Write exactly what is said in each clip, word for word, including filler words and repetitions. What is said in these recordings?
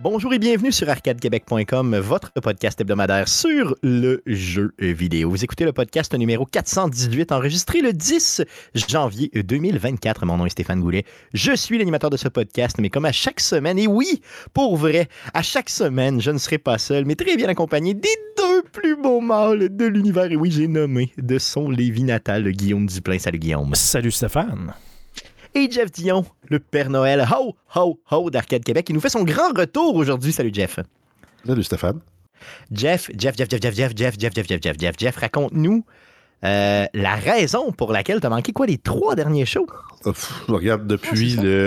Bonjour et bienvenue sur arcade québec point com, votre podcast hebdomadaire sur le jeu vidéo. Vous écoutez le podcast numéro quatre cent dix-huit, enregistré le dix janvier deux mille vingt-quatre. Mon nom est Stéphane Goulet. Je suis l'animateur de ce podcast, mais comme à chaque semaine, et oui, pour vrai, à chaque semaine, je ne serai pas seul, mais très bien accompagné des deux plus beaux mâles de l'univers. Et oui, j'ai nommé de son Lévis natal, Guillaume Duplain. Salut Guillaume. Salut Stéphane. Et Jeff Dion, le Père Noël, ho, ho, ho d'Arcade Québec, qui nous fait son grand retour aujourd'hui. Salut Jeff. Salut Stéphane. Jeff, Jeff, Jeff, Jeff, Jeff, Jeff, Jeff, Jeff, Jeff, Jeff, Jeff, Jeff, Jeff, raconte-nous euh, la raison pour laquelle tu as manqué quoi les trois derniers shows? Euh, pff, je regarde depuis ah, le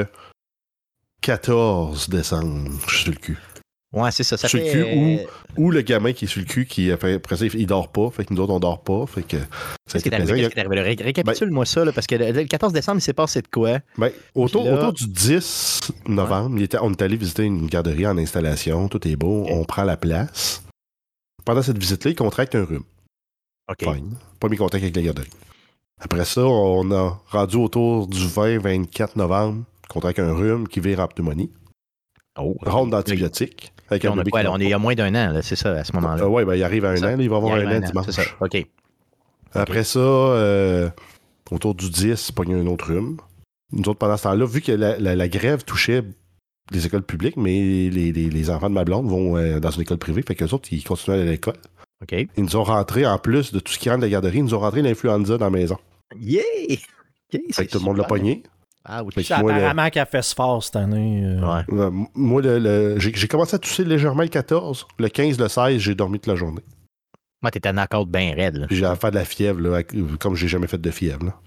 quatorze décembre, je suis sur le cul. Ouais, c'est ça. ça sur fait... le cul ou, ou le gamin qui est sur le cul, qui après, après ça, il dort pas. Fait que nous autres, on dort pas. Fait que Qu'est-ce qui est arrivé? Qu'est-ce qui est arrivé? Ré- Récapitule-moi ben, ça, là, parce que le, le quatorze décembre, il s'est passé de quoi? Ben, autour, là... autour du dix novembre, ouais. il était, on est allé visiter une garderie en installation. Tout est beau. Okay. On prend la place. Pendant cette visite-là, il contracte un rhume. OK. Fine. Premier contact avec la garderie. Après ça, on a rendu autour du vingt vingt-quatre novembre, contracte un rhume qui vire en pneumonie. Oh, ronde d'antibiotiques. Avec un on, a quoi, là, on est il y a moins d'un an, là, c'est ça, à ce moment-là. Euh, oui, ben, il arrive à un an, là, il va avoir il un, un an dimanche. C'est ça, OK. Après okay. ça, euh, autour du dix, il pogne un autre rhume. Nous autres, pendant ce temps-là, vu que la, la, la grève touchait les écoles publiques, mais les, les, les enfants de ma blonde vont euh, dans une école privée, fait qu'eux autres, ils continuent à aller à l'école. OK. Ils nous ont rentré, en plus de tout ce qui rentre de la garderie, ils nous ont rentré l'influenza dans la maison. Yeah! Okay, fait que tout le monde l'a pogné. Ah oui, c'est apparemment le... qu'elle fait ce fort cette année. Euh... Ouais. Euh, moi, le, le, j'ai, j'ai commencé à tousser légèrement le quatorze. Le quinze, le seize, j'ai dormi toute la journée. Moi, t'étais knock-out bien raide. Là. Puis j'ai à faire de la fièvre, là, comme j'ai jamais fait de fièvre. Là.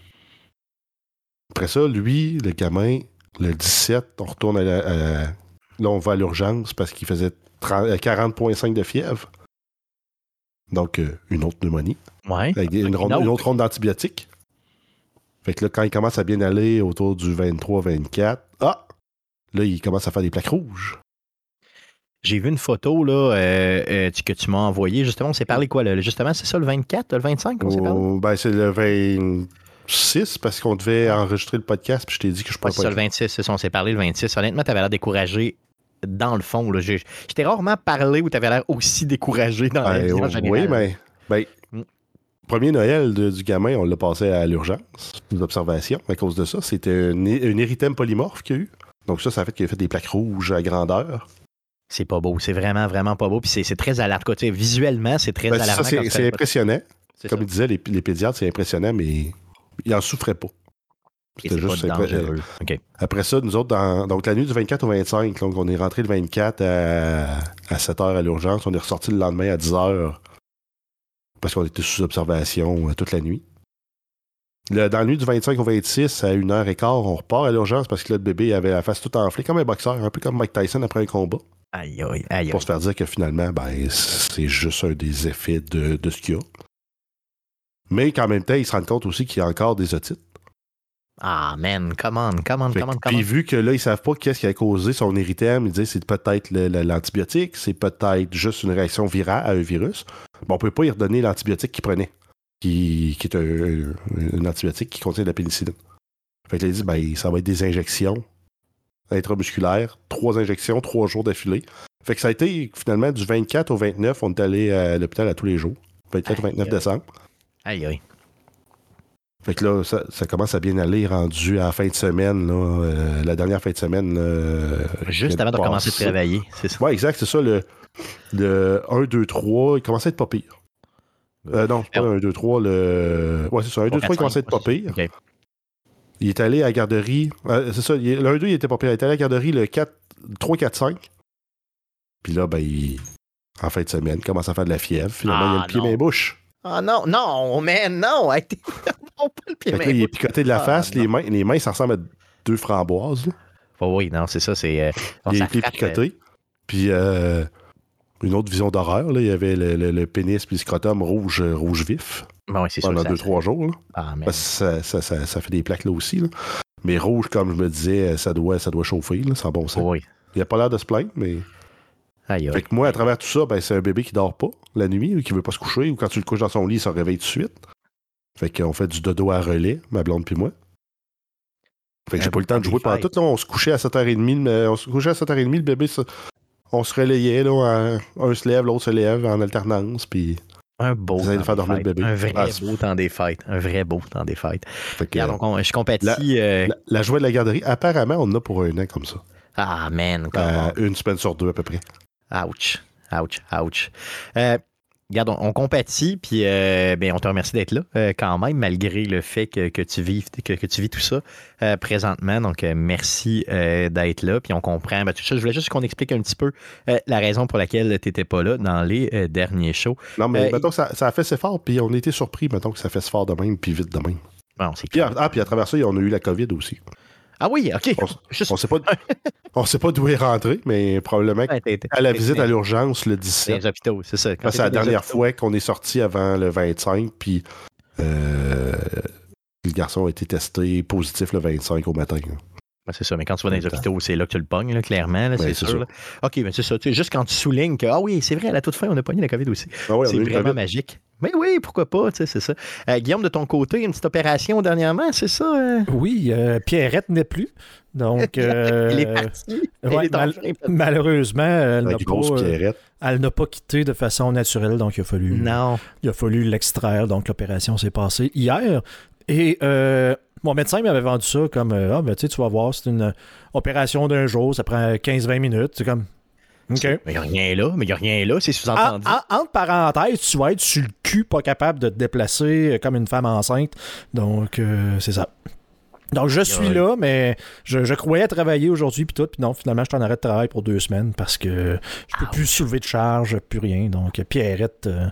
Après ça, lui, le gamin, le dix-sept, on retourne à la... À, là, on va à l'urgence parce qu'il faisait quarante virgule cinq de fièvre. Donc, euh, une autre pneumonie. Ouais. Avec une, ronde, une autre ronde d'antibiotiques. Fait que là, quand il commence à bien aller autour du vingt-trois vingt-quatre, ah! Là, il commence à faire des plaques rouges. J'ai vu une photo là, euh, euh, que tu m'as envoyée. Justement, on s'est parlé quoi? Là? Justement, c'est ça, le vingt-quatre, le vingt-cinq qu'on s'est parlé? Oh, ben, c'est le vingt-six parce qu'on devait enregistrer le podcast puis je t'ai dit que je pourrais ouais, pas... C'est ça, le vingt-six, c'est ça, on s'est parlé le vingt-six. Honnêtement, t'avais l'air découragé dans le fond. Là. Je, je t'ai rarement parlé où t'avais l'air aussi découragé dans la ben, vie en général. Oui, mais... Ben, mm. Premier Noël de, du gamin, on l'a passé à l'urgence, une observation à cause de ça. C'était un, un érythème polymorphe qu'il y a eu. Donc ça, ça a fait qu'il a fait des plaques rouges à grandeur. C'est pas beau, c'est vraiment, vraiment pas beau. Puis c'est, c'est très alarmant. Tu sais, visuellement, c'est très ben, alarmant. Ça, c'est, c'est impressionnant. C'est Comme ça. il disait, les, les pédiatres, c'est impressionnant, mais ils n'en souffraient pas. C'était c'est juste pas dangereux. Okay. Après ça, nous autres, dans, donc la nuit du vingt-quatre au vingt-cinq, donc on est rentré le vingt-quatre à, à sept heures à l'urgence. On est ressorti le lendemain à dix heures. Parce qu'on était sous observation euh, toute la nuit. Le, dans la nuit du vingt-cinq au vingt-six, à une heure quinze, on repart à l'urgence parce que là, le bébé avait la face toute enflée, comme un boxeur, un peu comme Mike Tyson après un combat. Aïe, aïe, aïe. Pour se faire dire que finalement, ben, c'est juste un des effets de, de ce qu'il y a. Mais qu'en même temps, ils se rendent compte aussi qu'il y a encore des otites. Ah, man, come on, come on, come on, come on. Puis vu que là, ils savent pas qu'est-ce qui a causé son érythème, ils disent que c'est peut-être le, le, l'antibiotique, c'est peut-être juste une réaction virale à un virus. Bon, on peut pas y redonner l'antibiotique qu'il prenait, qui, qui est un, un, un antibiotique qui contient de la pénicilline. Fait que là, ils disent, ben, ça va être des injections intramusculaires, trois injections, trois jours d'affilée. Fait que ça a été finalement du vingt-quatre au vingt-neuf, on est allé à l'hôpital à tous les jours, vingt-quatre au vingt-neuf décembre. Aïe, aïe. Fait que là, ça, ça commence à bien aller, rendu à la fin de semaine, là, euh, la dernière fin de semaine. Euh, Juste avant de commencer à travailler, c'est ça? Oui, exact, c'est ça. Le, le un, deux, trois, il commençait à être pas pire. Euh, non, c'est pas le un, deux, trois, le... Ouais, c'est ça, un, deux, trois, il commençait à être pas pire. Okay. Il est allé à la garderie... Euh, c'est ça, il, le un, deux, il était pas pire. Il est allé à la garderie le quatre, trois, quatre, cinq. Puis là, ben, il, en fin de semaine, il commence à faire de la fièvre. Finalement, ah, il a le pied main bouche. Ah non, non, mais non! Pas le pied fait que là, il est picoté de la ah, face, les mains, les mains, ça ressemble à deux framboises. Oh oui, non, c'est ça, c'est... Euh, il est picoté. Euh... Puis, euh, une autre vision d'horreur, là, il y avait le, le, le pénis puis le scrotum rouge, rouge vif. Bon, oui, c'est pendant sûr, deux, ça, trois jours. Là. Ah, parce que ça, ça, ça, ça fait des plaques là aussi. Là. Mais rouge, comme je me disais, ça doit, ça doit chauffer, là, sans bon sens. Oh oui. Il n'a pas l'air de se plaindre, mais... Aïe, aïe. Fait que moi, à travers tout ça, ben, c'est un bébé qui dort pas la nuit, ou qui veut pas se coucher, ou quand tu le couches dans son lit, il se réveille tout de suite. Fait qu'on fait du dodo à relais, ma blonde puis moi. Fait que j'ai pas eu le temps de jouer pendant tout. Là, on se couchait à sept heures trente. On se couchait à sept heures trente, le bébé, ça, on se relayait, là, un, un se lève, l'autre se lève en alternance, puis... Un beau Vous allez temps faire des dormir fêtes. le bébé. Un vrai Ah, beau temps des fêtes. Un vrai beau temps des fêtes. Fait que, Regarde, donc on- je compatis. la, euh, la, la joie de la garderie, apparemment, on en a pour un an comme ça. Ah, man. Euh, une semaine sur deux, à peu près. Ouch. Ouch. Ouch. Euh, regarde, on, on compatit, puis euh, ben, on te remercie d'être là euh, quand même, malgré le fait que, que, tu, vives, que, que tu vis tout ça euh, présentement. Donc, euh, merci euh, d'être là, puis on comprend. Ben, tout ça, je voulais juste qu'on explique un petit peu euh, la raison pour laquelle tu n'étais pas là dans les euh, derniers shows. Non, mais Euh, mettons que ça, ça a fait si fort, puis on a été surpris, mettons que ça fait si fort de même, puis vite de même. Bon, c'est Puis, clair. ah, puis à travers ça, on a eu la COVID aussi. Ah oui, OK. On, Juste- on sait pas, on sait pas d'où est rentré, mais probablement Ouais, t'es- t'es- à la t'es- visite t'es- à l'urgence le dans dix-sept. les hôpitaux, c'est ça. Quand Ça, c'est la t'étais dans les dernière hôpitaux. fois qu'on est sorti avant le vingt-cinq, puis euh, le garçon a été testé positif le vingt-cinq au matin. là. Ben, c'est ça, mais quand tu vas dans les hôpitaux, c'est là que tu le pognes, là, clairement, là, Ben, c'est c'est sûr. ça. là. OK, mais c'est ça. Tu sais, juste quand tu soulignes que, ah oui, c'est vrai, à la toute fin, on a pogné la COVID aussi. Ah ouais, on c'est a eu le vraiment COVID. magique. Mais oui, pourquoi pas, tu sais, c'est ça. Euh, Guillaume, de ton côté, une petite opération dernièrement, c'est ça? euh? Oui, euh, Pierrette n'est plus. Donc, euh, Elle est partie. Elle ouais, est mal- enfin partie. malheureusement, elle La n'a grosse pas, euh, pierrette. elle n'a pas quitté de façon naturelle, donc il a fallu, Non. il a fallu l'extraire. Donc, l'opération s'est passée hier. Et euh, mon médecin m'avait vendu ça comme euh, ah, ben, tu sais, tu vas voir, c'est une opération d'un jour, ça prend quinze à vingt minutes. C'est comme OK. Mais il n'y a rien là, mais il n'y a rien là, c'est En, sous-entendu. en- entre parenthèses, tu vas être sur le cul, pas capable de te déplacer euh, comme une femme enceinte. Donc, euh, c'est ça. Donc, je suis Ouais. là, mais je, je croyais travailler aujourd'hui, puis tout. Puis non, finalement, je suis en arrêt de travail pour deux semaines parce que je peux plus soulever de charge, plus rien. Donc, Pierrette euh,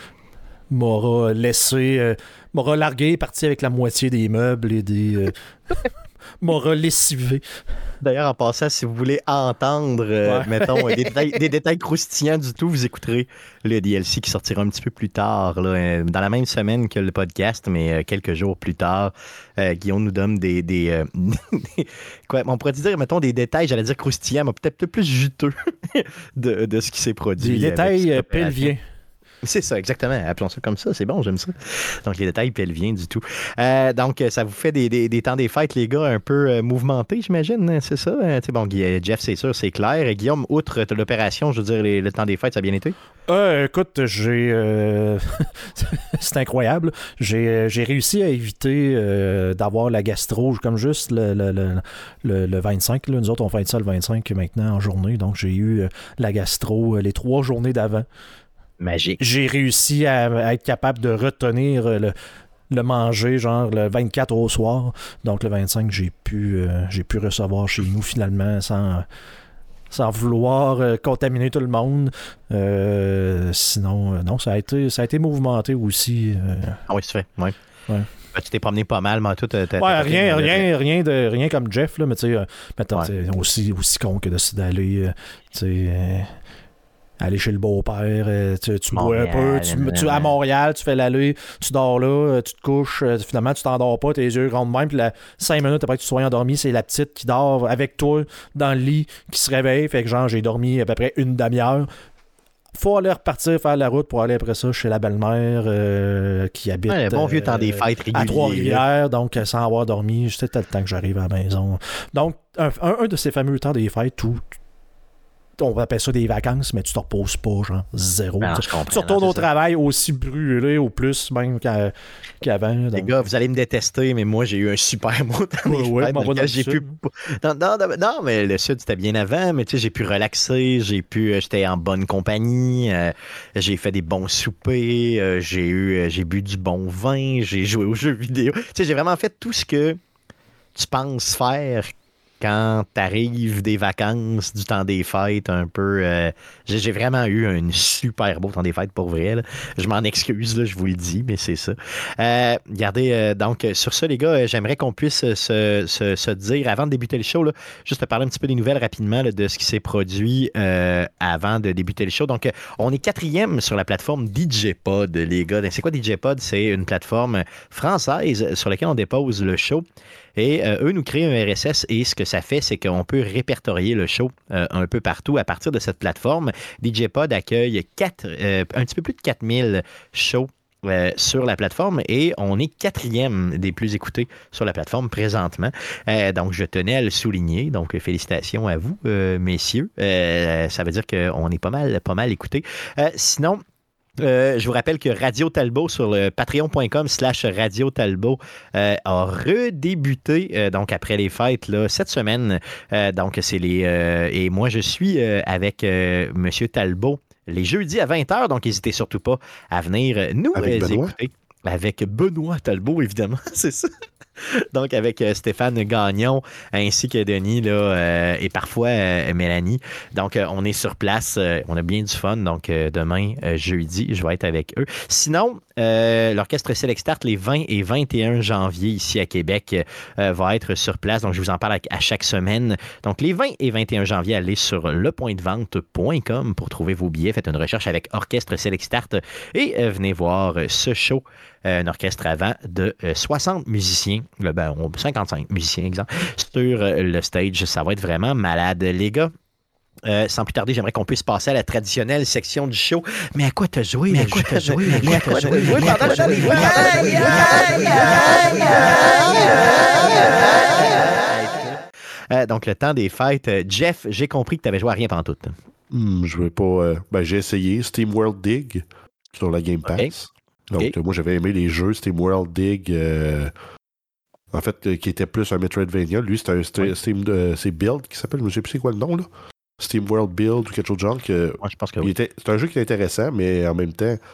m'aura laissé, euh, m'aura largué, parti avec la moitié des meubles et des. euh, m'aura lessivé. D'ailleurs, en passant, si vous voulez entendre, euh, Ouais. mettons, des détails, des détails croustillants du tout, vous écouterez le D L C qui sortira un petit peu plus tard, là, euh, dans la même semaine que le podcast, mais euh, quelques jours plus tard. Euh, Guillaume nous donne des... des, euh, des- quoi, on pourrait dire, mettons, des détails, j'allais dire croustillants, mais peut-être plus juteux de, de ce qui s'est produit. Des avec détails cette euh, opération. pelviens. C'est ça, exactement. Appelons ça comme ça, c'est bon, j'aime ça. Donc, les détails pelviens du tout. Euh, donc, euh, ça vous fait des, des, des temps des fêtes, les gars, un peu euh, mouvementés, j'imagine, hein, c'est ça? Euh, tu sais, bon, Guy- euh, Jeff, c'est sûr, c'est clair. Et Guillaume, outre de l'opération, je veux dire, les- le temps des fêtes, ça a bien été? Euh, écoute, j'ai. euh, c'est incroyable. J'ai, euh, j'ai réussi à éviter euh, d'avoir la gastro comme juste le, le, le, le, le vingt-cinq. Là. Nous autres, on fait ça le vingt-cinq maintenant en journée. Donc, j'ai eu euh, la gastro euh, les trois journées d'avant. Magique. J'ai réussi à, à être capable de retenir euh, le, le manger, genre le vingt-quatre au soir. Donc, le vingt-cinq, j'ai pu, euh, j'ai pu recevoir chez nous finalement sans. sans vouloir euh, contaminer tout le monde. Euh, sinon, euh, non, ça a été, ça a été mouvementé aussi. euh. Ah oui, c'est fait, oui. Ouais. Ben, tu t'es promené pas mal, mais tout... t'as- t'as- Ouais, t'as- rien, t'as- rien, rien, de, rien comme Jeff, là, mais tu sais, euh, mettons, Ouais. t'sais, aussi, aussi con que de d'aller, euh, tu sais, euh, aller chez le beau-père, euh, tu, tu bois un peu, Montréal, tu, tu- à Montréal, tu fais l'aller, tu dors là, euh, tu te couches, euh, finalement, tu t'endors pas, tes yeux grandent même, puis la, cinq minutes après que tu sois endormi, c'est la petite qui dort avec toi dans le lit, qui se réveille, fait que genre, j'ai dormi à peu près une demi-heure. Faut aller repartir faire la route pour aller après ça chez la belle-mère euh, qui habite Ouais, bon vieux temps des euh, fêtes réguliers. à Trois-Rivières, donc euh, sans avoir dormi, juste le temps que j'arrive à la maison. Donc, un, un, un de ces fameux temps des fêtes où on appelle ça des vacances, mais tu te reposes pas, genre zéro. Ben, tu je comprends, tu retournes non, au c'est ça. travail aussi brûlé, au plus même qu'à- qu'avant. Les donc. gars, vous allez me détester, mais moi, j'ai eu un super beau temps des Ouais, ouais, fêtes m'en dans va dans lequel le j'ai sud. pu... Non, non, non, non, mais le Sud, c'était bien avant, mais tu sais, j'ai pu relaxer, j'ai pu... euh, J'étais en bonne compagnie, euh, j'ai fait des bons soupers, euh, j'ai eu... euh, j'ai bu du bon vin, j'ai joué aux jeux vidéo. Tu sais, j'ai vraiment fait tout ce que tu penses faire quand t'arrives des vacances, du temps des fêtes, un peu... euh, j'ai, j'ai vraiment eu un super beau temps des fêtes, pour vrai. Là. Je m'en excuse, là, je vous le dis, mais c'est ça. Euh, regardez, euh, donc, sur ça, les gars, euh, j'aimerais qu'on puisse euh, se, se, se dire, avant de débuter le show, là, juste te parler un petit peu des nouvelles rapidement là, de ce qui s'est produit euh, avant de débuter le show. Donc, euh, on est quatrième sur la plateforme D J Pod, les gars. C'est quoi D J Pod? C'est une plateforme française sur laquelle on dépose le show. Et euh, eux nous créent un R S S et ce que ça fait, c'est qu'on peut répertorier le show euh, un peu partout à partir de cette plateforme. D J Pod accueille quatre, euh, un petit peu plus de quatre mille shows euh, sur la plateforme et on est quatrième des plus écoutés sur la plateforme présentement. Euh, donc, je tenais à le souligner. Donc, félicitations à vous, euh, messieurs. Euh, ça veut dire qu'on est pas mal, pas mal écoutés. Euh, sinon, Euh, je vous rappelle que Radio Talbot sur le patreon.com slash Radio Talbot euh, a redébuté euh, donc après les fêtes là, cette semaine. Euh, donc, c'est les. Euh, et moi, je suis euh, avec euh, Monsieur Talbot les jeudis à vingt heures. Donc, n'hésitez surtout pas à venir nous Avec euh, Benoît. écouter. Avec Benoît Talbot, évidemment, c'est ça. Donc, avec euh, Stéphane Gagnon ainsi que Denis là, euh, et parfois euh, Mélanie. Donc, euh, on est sur place. Euh, on a bien du fun. Donc, euh, demain, euh, jeudi, je vais être avec eux. Sinon, euh, l'Orchestre Select Start, les vingt et vingt et un janvier, ici à Québec, euh, va être sur place. Donc, je vous en parle à, à chaque semaine. Donc, les vingt et vingt et un janvier, allez sur le point de vente point com pour trouver vos billets. Faites une recherche avec Orchestre Select Start et euh, venez voir euh, ce show. Euh, un orchestre avant de euh, soixante musiciens, le, ben, cinquante-cinq musiciens, exemple, sur euh, le stage. Ça va être vraiment malade. Les gars, euh, sans plus tarder, j'aimerais qu'on puisse passer à la traditionnelle section du show. Mais à quoi t'as joué? Mais à quoi t'as joué? Mais à quoi t'as joué? Pendant le show, euh, donc, le temps des fêtes. Jeff, j'ai compris que tu avais joué à rien pantoute. Hmm, je veux pas. Euh, ben, j'ai essayé Steam World Dig sur la Game Pass. Okay. Donc, Okay. euh, moi, j'avais aimé les jeux Steam World Dig. Euh, en fait, euh, qui était plus un Metroidvania. Lui, c'est un st- Steam de, c'est Build qui s'appelle. Je ne sais plus c'est quoi le nom, là. Steam World Build ou quelque chose de genre. Que, Moi, je pense que il oui. était, c'est un jeu qui est intéressant, mais en même temps,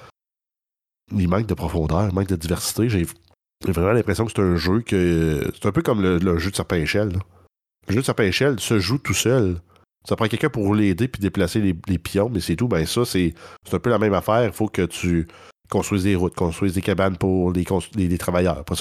il manque de profondeur, il manque de diversité. J'ai, j'ai vraiment l'impression que c'est un jeu que. C'est un peu comme le, le jeu de Serpent Échelle. Là. Le jeu de Serpent Échelle se joue tout seul. Ça prend quelqu'un pour l'aider puis déplacer les, les pions, mais c'est tout. Ben ça, c'est, c'est un peu la même affaire. Il faut que tu construises des routes, construises des cabanes pour les, les, les travailleurs. Après ça,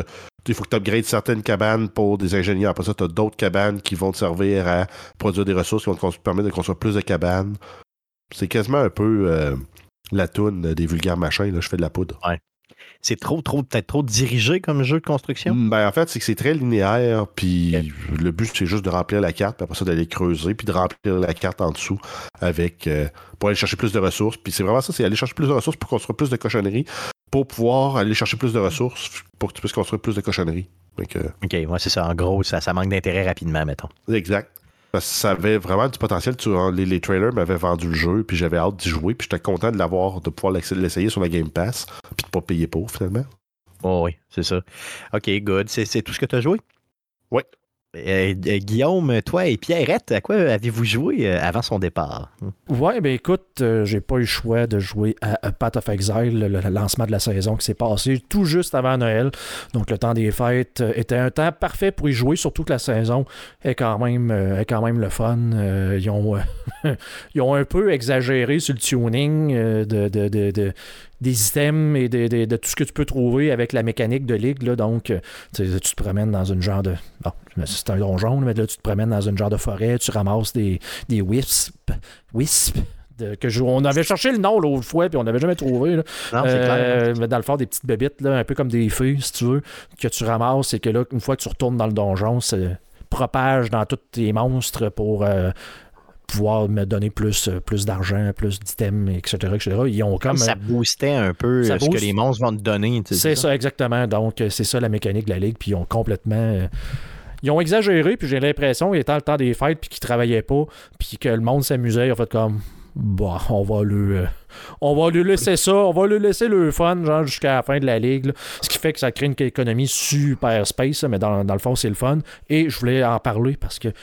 il faut que tu upgrades certaines cabanes pour des ingénieurs. Après ça, tu as d'autres cabanes qui vont te servir à produire des ressources qui vont te permettre de construire plus de cabanes. C'est quasiment un peu euh, la toune des vulgaires machins. Là, je fais de la poudre. Ouais. C'est trop, trop, peut-être trop dirigé comme jeu de construction? Ben, en fait, c'est que c'est très linéaire, puis okay. Le but, c'est juste de remplir la carte, puis après ça, d'aller creuser, puis de remplir la carte en dessous avec euh, pour aller chercher plus de ressources. Puis c'est vraiment ça, c'est aller chercher plus de ressources pour construire plus de cochonneries, pour pouvoir aller chercher plus de ressources pour que tu puisses construire plus de cochonneries. Donc, euh, OK, ouais, c'est ça. En gros, ça, ça manque d'intérêt rapidement, mettons. Exact. Parce que ça avait vraiment du potentiel. Tu, les, les trailers m'avaient vendu le jeu, puis j'avais hâte d'y jouer, puis j'étais content de l'avoir, de pouvoir l'essayer sur la Game Pass, puis de ne pas payer pour, finalement. Oh oui, c'est ça. OK, good. C'est, c'est tout ce que tu as joué? Oui. Euh, euh, Guillaume, toi et Pierrette, à quoi avez-vous joué euh, avant son départ? Ouais, ben écoute, euh, j'ai pas eu le choix de jouer à, à Path of Exile, le, le lancement de la saison qui s'est passé tout juste avant Noël. Donc le temps des fêtes euh, était un temps parfait pour y jouer, surtout que la saison est quand même, euh, est quand même le fun. Euh, ils, ont, euh, ils ont un peu exagéré sur le tuning euh, de, de, de, de des items et de, de, de tout ce que tu peux trouver avec la mécanique de ligue. Là. Donc, tu te promènes dans une genre de... Bon, c'est un donjon, mais là, tu te promènes dans une genre de forêt, tu ramasses des, des wisps. Wisps. De, que je, on avait cherché le nom l'autre fois, puis on n'avait jamais trouvé. Là. Non, c'est euh, clair. Dans le fond, des petites bébites, là, un peu comme des feuilles, si tu veux, que tu ramasses et que là, une fois que tu retournes dans le donjon, ça propage dans tous tes monstres pour... Euh, pouvoir me donner plus, plus d'argent, plus d'items, et cetera, et cetera. Ils ont comme, ça boostait un peu ce boost. que les monstres vont te donner. C'est, c'est ça, ça, exactement. Donc, c'est ça la mécanique de la Ligue. Puis ils ont complètement... Euh, ils ont exagéré, puis j'ai l'impression, étant le temps des fêtes, puis qu'ils travaillaient pas, puis que le monde s'amusait, ils ont fait comme... Bah, on va le... Euh, on va lui laisser ça, on va lui laisser le fun, genre, jusqu'à la fin de la Ligue. Là. Ce qui fait que ça crée une économie super space, mais dans, dans le fond, c'est le fun. Et je voulais en parler parce que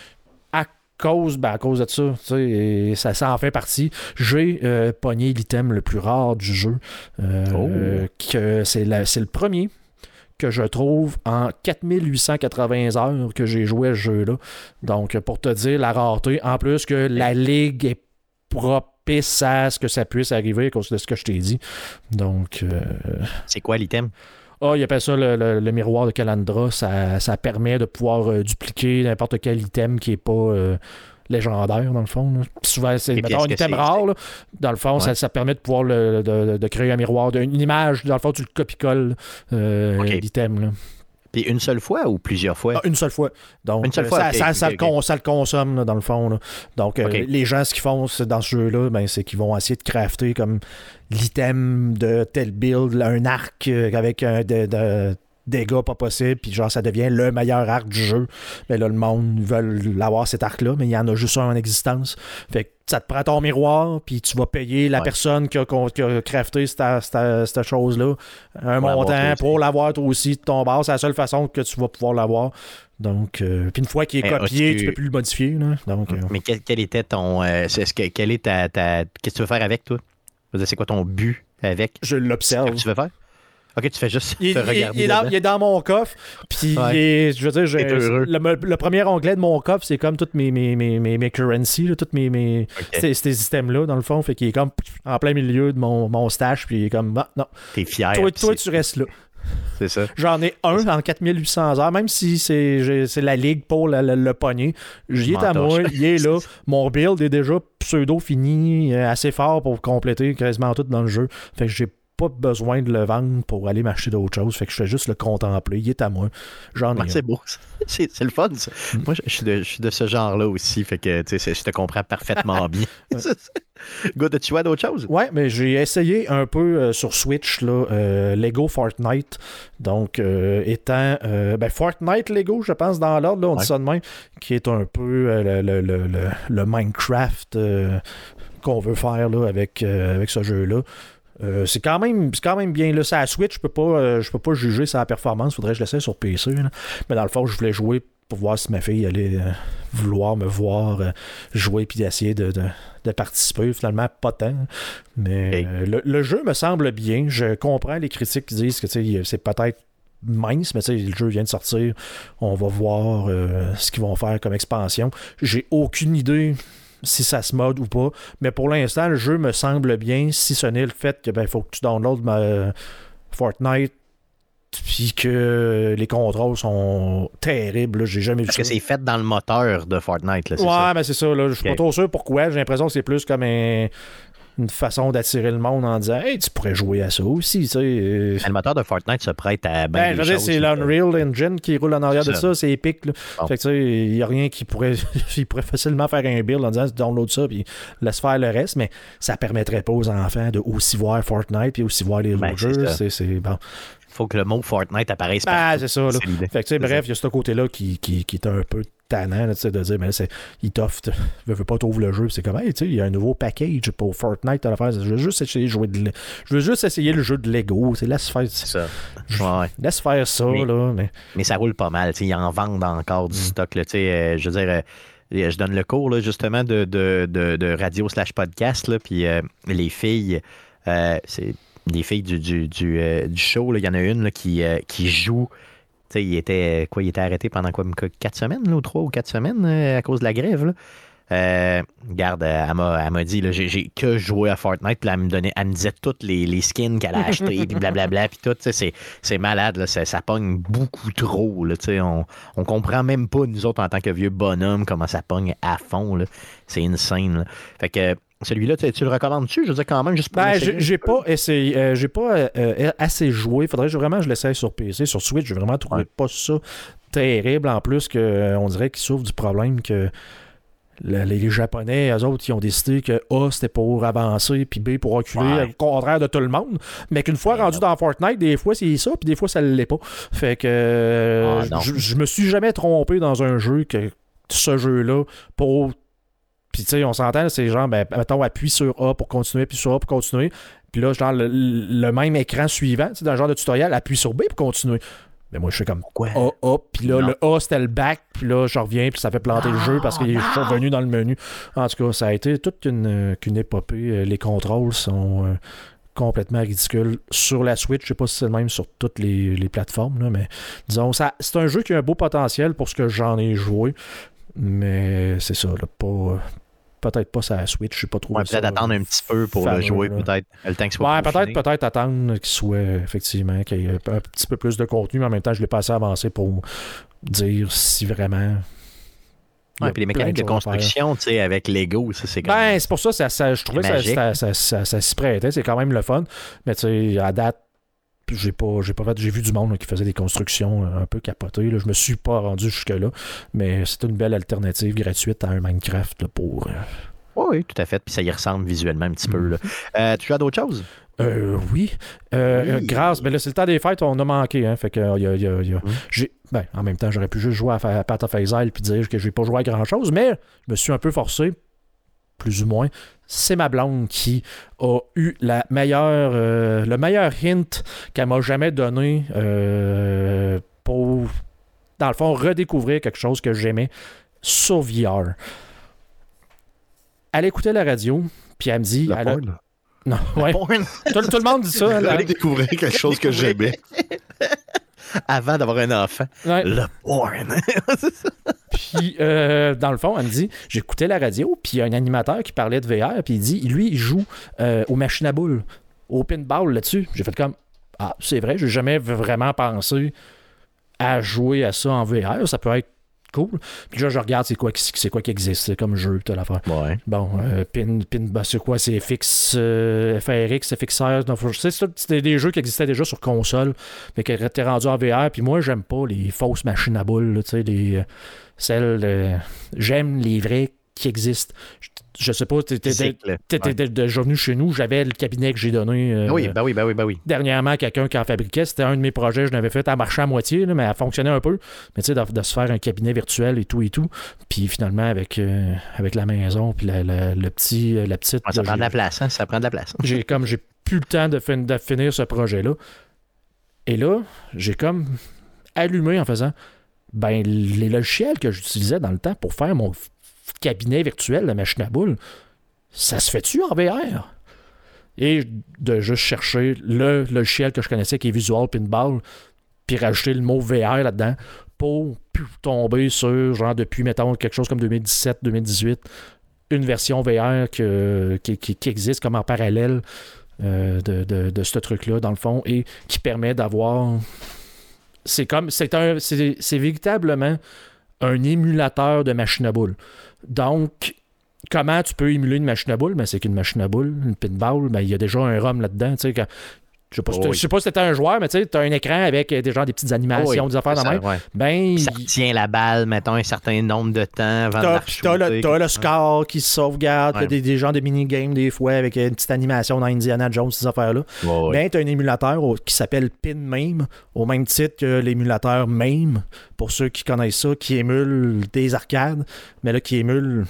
cause, ben à cause de ça, tu sais, ça, ça en fait partie. J'ai euh, pogné l'item le plus rare du jeu. Euh, oh. que c'est, la, c'est le premier que je trouve en quatre mille huit cent quatre-vingts heures que j'ai joué à ce jeu-là. Donc, pour te dire la rareté, en plus que la Ligue est propice à ce que ça puisse arriver à cause de ce que je t'ai dit. Donc... Euh... C'est quoi l'item? Ah, oh, il appelle ça le, le, le miroir de Kalandra. Ça, ça permet de pouvoir euh, dupliquer n'importe quel item qui n'est pas euh, légendaire, dans le fond. Là. Souvent, c'est mettons, un item rare. Là, dans le fond, ouais. ça, ça permet de pouvoir le, de, de créer un miroir, de, une image. Dans le fond, tu le copie-colles, euh, okay. l'item. Là. Puis une seule fois ou plusieurs fois? Ah, une seule fois. Donc, une seule euh, fois, ça, ok, ça, ok, ça, ok. Le con- ça le consomme, là, dans le fond. Là. Donc, euh, Ok. les gens, ce qu'ils font c'est- dans ce jeu-là, ben, c'est qu'ils vont essayer de crafter comme l'item de tel build, un arc euh, avec un de, de dégâts pas possible, puis genre, ça devient le meilleur arc du jeu. Mais là, le monde veut avoir cet arc-là, mais il y en a juste un en existence. Fait que ça te prend ton miroir, puis tu vas payer la Ouais. personne qui a, qui a crafté cette, cette, cette chose-là un Pour l'avoir montant toi aussi. pour l'avoir toi aussi de ton bar. C'est la seule façon que tu vas pouvoir l'avoir. Donc, euh, puis une fois qu'il est Mais copié, as-tu- tu peux plus le modifier. Là. Donc, euh, Mais quel, quel était ton. euh, c'est- est-ce que, quel est ta, ta- Qu'est-ce que tu veux faire avec, toi? Je veux dire, c'est quoi ton but avec? je l'observe. Qu'est-ce que tu veux faire? Ok, tu fais juste Il, te il- regarder. il est dans, dedans. il est dans mon coffre, puis Ouais. il est- je veux dire, j'ai- T'es heureux. le, le premier onglet de mon coffre, c'est comme toutes mes, mes, mes, mes, mes currencies, là, toutes mes, mes Ok. ces, ces systèmes-là, dans le fond, fait qu'il est comme en plein milieu de mon, mon stash, puis il est comme, ah, non, T'es fier. toi, puis toi c'est- tu restes là. C'est ça. J'en ai un en quatre mille huit cents heures, même si c'est, j'ai- c'est la ligue pour le, le, le pogner. Il est à M'entorche. moi, il est là. Mon build est déjà pseudo fini, euh, assez fort pour compléter quasiment tout dans le jeu. Fait que j'ai pas besoin de le vendre pour aller m'acheter d'autres choses. Fait que je fais juste le contempler. Il est à moi. J'en ai Ouais, un. c'est beau. C'est, c'est le fun, ça. Mm. Moi, je, je suis de, je suis de ce genre-là aussi. Fait que, tu sais, c'est- je te comprends parfaitement bien. Good, as-tu joué à d'autres choses? Ouais, mais j'ai essayé un peu euh, sur Switch, là, euh, Lego Fortnite. Donc, euh, étant euh, ben, Fortnite Lego, je pense, dans l'ordre, là, on Ouais. dit ça de même, qui est un peu euh, le, le, le, le, le Minecraft euh, qu'on veut faire là, avec, euh, avec ce jeu-là. Euh, c'est quand même c'est quand même bien là, ça à Switch, je peux pas euh, je peux pas juger sa performance, faudrait que je l'essaie sur P C là. Mais dans le fond je voulais jouer pour voir si ma fille allait euh, vouloir me voir euh, jouer puis essayer de, de, de participer, finalement pas tant, mais Hey. euh, le, le jeu me semble bien. Je comprends les critiques qui disent que tu sais, c'est peut-être mince, mais tu sais, le jeu vient de sortir, on va voir euh, ce qu'ils vont faire comme expansion. J'ai aucune idée si ça se mode ou pas. Mais pour l'instant, le jeu me semble bien, si ce n'est le fait que ben faut que tu downloads ma Fortnite puis que les contrôles sont terribles. Là. J'ai jamais vu Parce ça. que c'est fait dans le moteur de Fortnite, là, c'est Ouais, ça? mais c'est ça. Là. Je suis Ok. pas trop sûr pourquoi. J'ai l'impression que c'est plus comme un- une façon d'attirer le monde en disant hey, tu pourrais jouer à ça aussi. Tu sais. Euh, Le moteur de Fortnite se prête à ben, Ben, des je veux dire, choses, c'est là. l'Unreal Engine qui roule en arrière C'est de ça. ça, c'est épique. Là. Bon. Fait que tu sais, il n'y a rien qui pourrait. Il pourrait facilement faire un build en disant download ça puis laisse faire le reste, mais ça permettrait pas aux enfants de aussi voir Fortnite puis aussi voir les Ben, autres c'est jeux. ça. C'est, c'est bon. Faut que le mot Fortnite apparaisse Ben, partout. c'est ça. Là. C'est l'idée. Fait que tu sais, C'est bref, il y a ce côté-là qui, qui, qui est un peu tannant là, tu sais, de dire, mais là, c'est, il t'offre, tu veux, veux pas t'ouvrir le jeu, puis c'est comme, hey, tu sais, il y a un nouveau package pour Fortnite à la faire. Je veux juste essayer de jouer de, le- je veux juste essayer le jeu de Lego, tu sais, laisse faire, C'est ça. je- Ouais. laisse faire ça, Mais- là, mais Mais ça roule pas mal. tu sais, Ils en vendent encore Mm. du stock. Là, tu sais, euh, je veux dire, euh, je donne le cours là, justement de, de, de, de radio slash podcast. Là, puis euh, les filles, euh, c'est les filles du, du, du, euh, du show, là, il y en a une là, qui, euh, qui joue. Tu sais, il était, quoi, il était arrêté pendant quoi, quatre semaines, là, ou trois ou quatre semaines euh, à cause de la grève. Là. Euh, regarde, euh, elle m'a, elle m'a dit, là, j'ai, j'ai que joué à Fortnite, puis là, elle me donnait, elle me disait toutes les, les skins qu'elle a achetées, puis blablabla, puis tout, tu sais, c'est, c'est malade, là, ça, ça pogne beaucoup trop, là, tu sais, on, on comprend même pas, nous autres, en tant que vieux bonhomme, comment ça pogne à fond, là, c'est insane, là. Fait que, celui-là, tu, tu le recommandes-tu? Je veux dire, quand même, juste pour Ben, l'essayer j'ai, un j'ai peu? pas essayé, euh, j'ai pas euh, euh, assez joué. Faudrait que je- vraiment que je l'essaye sur P C. Sur Switch, j'ai vraiment trouvé Ouais. pas ça terrible. En plus, que, euh, on dirait qu'ils souffrent du problème que le- les Japonais, eux autres, ils ont décidé que A, c'était pour avancer, puis B, pour reculer, Ouais. au contraire de tout le monde. Mais qu'une fois Mais rendu non. dans Fortnite, des fois, c'est ça, puis des fois, ça l'est pas. Fait que euh, Ah, non. je, je me suis jamais trompé dans un jeu que ce jeu-là pour. Puis, tu sais, on s'entend, c'est genre, ben, mettons, appuie sur A pour continuer, puis sur A pour continuer. Puis là, genre, le, le même écran suivant, tu sais, dans le genre de tutoriel, appuie sur B pour continuer. Mais moi, je fais comme Pourquoi? A, A, puis là, Non. le A, c'était le back, puis là, je reviens, puis ça fait planter le jeu parce qu'il est revenu dans le menu. En tout cas, ça a été toute une, qu'une épopée. Euh, Les contrôles sont euh, complètement ridicules. Sur la Switch, je sais pas si c'est le même sur toutes les, les plateformes, là, mais disons, ça, c'est un jeu qui a un beau potentiel pour ce que j'en ai joué. Mais c'est ça, là, pas, peut-être pas sur la Switch, je sais pas trop. Ouais, peut-être attendre un petit peu pour le fameux, jouer, là. peut-être, le temps qu'il soit Ouais, peaufiné. peut-être, peut-être attendre qu'il soit effectivement, qu'il y ait un petit peu plus de contenu, mais en même temps, je l'ai pas assez avancé pour dire si vraiment. il y a Ouais, puis les plein mécaniques de choses à faire. construction, tu sais, avec Lego, ça, c'est comme... Ben, c'est pour ça, ça, ça je trouvais que ça, magique. ça, ça, ça, ça s'y prêtait, c'est quand même le fun. Mais tu sais, à date, j'ai pas, j'ai pas fait, j'ai vu du monde là, qui faisait des constructions un peu capotées. Là. Je me suis pas rendu jusque-là, mais c'est une belle alternative gratuite à un Minecraft là, pour... Euh... Oui, oui, tout à fait. Puis ça y ressemble visuellement un petit mm. peu. Là. Euh, tu as d'autres choses? Euh, oui. Euh, oui. Grâce, ben là, c'est le temps des fêtes, on a manqué. Hein, fait que, euh, y a, y a, y a, mm. j'ai, ben, en même temps, j'aurais pu juste jouer à, à Path of Exile puis dire que j'ai pas joué à grand-chose, mais je me suis un peu forcé, plus ou moins. C'est ma blonde qui a eu la meilleure, euh, le meilleur hint qu'elle m'a jamais donné euh, pour, dans le fond, redécouvrir quelque chose que j'aimais sur V R. Elle écoutait la radio, puis elle me dit... La elle a... porn. Non, ouais. tout, tout le monde dit ça. Elle a découvert quelque chose que j'aimais. Avant d'avoir un enfant. Ouais. Le porn. Puis, euh, dans le fond, elle me dit, j'écoutais la radio, puis il y a un animateur qui parlait de V R, puis il dit, lui, il joue euh, aux machines à boules, au pinball là-dessus. J'ai fait comme, ah, c'est vrai, j'ai jamais vraiment pensé à jouer à ça en V R. Ça peut être cool. Puis là, je regarde c'est quoi, c'est quoi qui existe c'est comme jeu, toute l'affaire. Ouais. Bon, euh, pin, pin, ben, c'est quoi? C'est F X, euh, F R X, F X R. C'était des jeux qui existaient déjà sur console, mais qui étaient rendus en V R. Puis moi, j'aime pas les fausses machines à boules, tu sais, les, euh, celles... Euh, j'aime les vrais qui existent. Je, je sais pas, t'étais ouais. déjà venu chez nous, j'avais le cabinet que j'ai donné euh, oui, ben oui, ben oui, ben oui. dernièrement, quelqu'un qui en fabriquait, c'était un de mes projets, je l'avais fait à marcher à moitié, là, mais elle fonctionnait un peu, mais tu sais, de, de se faire un cabinet virtuel et tout et tout, puis finalement avec, euh, avec la maison, puis la, la, le petit, la petite... Ouais, ça là, prend de la place, hein? Ça prend de la place. j'ai comme, j'ai plus le temps de, fin, de finir ce projet-là, et là, j'ai comme allumé en faisant, ben, les logiciels que j'utilisais dans le temps pour faire mon cabinet virtuel de machine à boules, ça se fait-tu en V R? Et de juste chercher le logiciel que je connaissais qui est Visual Pinball, puis rajouter le mot V R là-dedans pour tomber sur, genre depuis, mettons, quelque chose comme deux mille dix-sept deux mille dix-huit, une version V R que, qui, qui, qui existe comme en parallèle euh, de, de, de ce truc-là, dans le fond, et qui permet d'avoir... C'est comme... C'est, un, c'est, c'est véritablement un émulateur de machine à boules. Donc, comment tu peux émuler une machine à boules? Ben, c'est qu'une machine à boules, une pinball, ben, il y a déjà un ROM là-dedans. Tu sais, quand, je sais pas, oh, si oui. sais pas si t'étais un joueur, mais tu as un écran avec des, genre, des petites animations, oh, oui. des affaires de même. Ouais. Ben, ça tient la balle, mettons, un certain nombre de temps avant t'as, de la t'as, le, t'as le score qui se sauvegarde, ouais. t'as des, des genres de mini-games des fois avec une petite animation dans Indiana Jones, ces affaires-là. Oh, oui. Ben, t'as un émulateur au, qui s'appelle PinMame, au même titre que l'émulateur MAME, pour ceux qui connaissent ça, qui émule des arcades, mais là, qui émule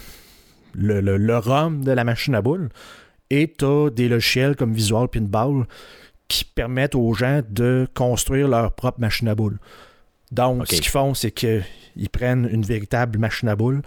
le, le, le ROM de la machine à boules. Et t'as des logiciels comme Visual Pinball qui permettent aux gens de construire leur propre machine à boules. Donc, okay. ce qu'ils font, c'est qu'ils prennent une véritable machine à boules,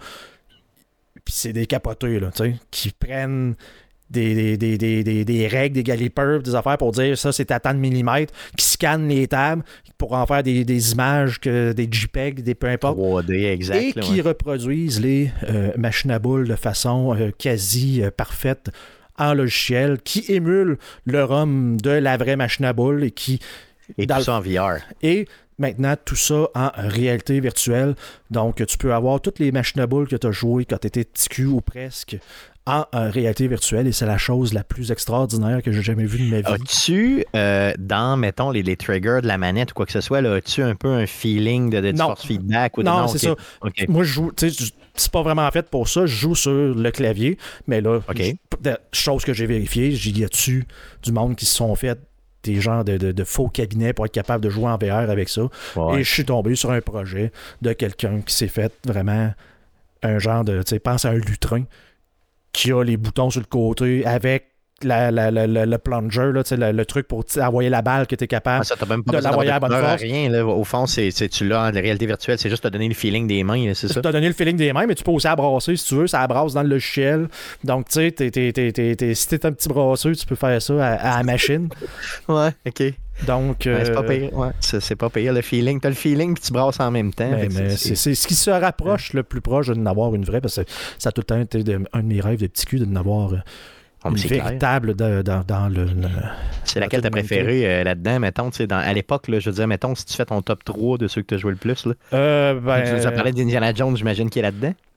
puis c'est des capotés, là, tu sais, qui prennent des, des, des, des, des règles, des galipers, des affaires pour dire ça, c'est à tant de millimètres, qui scannent les tables pour en faire des, des images, que, des JPEG, des peu importe, trois D, exact, et là, qui ouais. reproduisent les euh, machines à boules de façon euh, quasi euh, parfaite, en logiciel, qui émule le ROM de la vraie machine à boules et qui... Et tout ça en V R. Et maintenant, tout ça en réalité virtuelle. Donc, tu peux avoir toutes les machines à boules que tu as jouées quand tu étais petit cul ou presque en euh, réalité virtuelle, et c'est la chose la plus extraordinaire que j'ai jamais vue de ma vie. As-tu, euh, dans, mettons, les, les triggers de la manette ou quoi que ce soit, là, as-tu un peu un feeling de, de force feedback? Ou de... Non, non, c'est okay. ça. Okay. Moi, je joue, tu sais, c'est pas vraiment fait pour ça. Je joue sur le clavier, mais là, okay. je, chose que j'ai vérifiée, j'y y a-tu du monde qui se sont fait des genres de, de, de faux cabinets pour être capable de jouer en V R avec ça. Ouais. Et je suis tombé sur un projet de quelqu'un qui s'est fait vraiment un genre de, tu sais, pense à un lutrin qui a les boutons sur le côté avec la, la, la, la, le plunger, là, le, le truc pour envoyer la balle que tu es capable ah, ça t'a même pas de l'envoyer à bonne force. Rien, là. Au fond, c'est, c'est, tu l'as en réalité virtuelle, c'est juste te donner le feeling des mains, c'est ça? Tu t'as donné le feeling des mains, mais tu peux aussi abrasser si tu veux, ça abrasse dans le logiciel. Donc, tu sais, t'es, t'es, t'es, t'es, t'es, si t'es un petit brasseux, tu peux faire ça à, à la machine. Ouais, OK. Donc, euh... ouais, c'est pas pire, ouais. c'est, c'est pas pire le feeling. T'as le feeling puis tu brasses en même temps. Mais, mais c'est, c'est, c'est ce qui se rapproche ouais. le plus proche de n'avoir une vraie, parce que ça a tout le temps été de, un de mes rêves de petit cul de n'avoir oh, une véritable de, de, dans le, le... C'est laquelle t'as préféré euh, là-dedans, mettons, tu sais, dans, à l'époque, là, je veux dire, mettons, si tu fais ton top trois de ceux que t'as joué le plus, là. Euh, ben... Tu nous as parlé d'Indiana Jones, j'imagine, qui est là-dedans.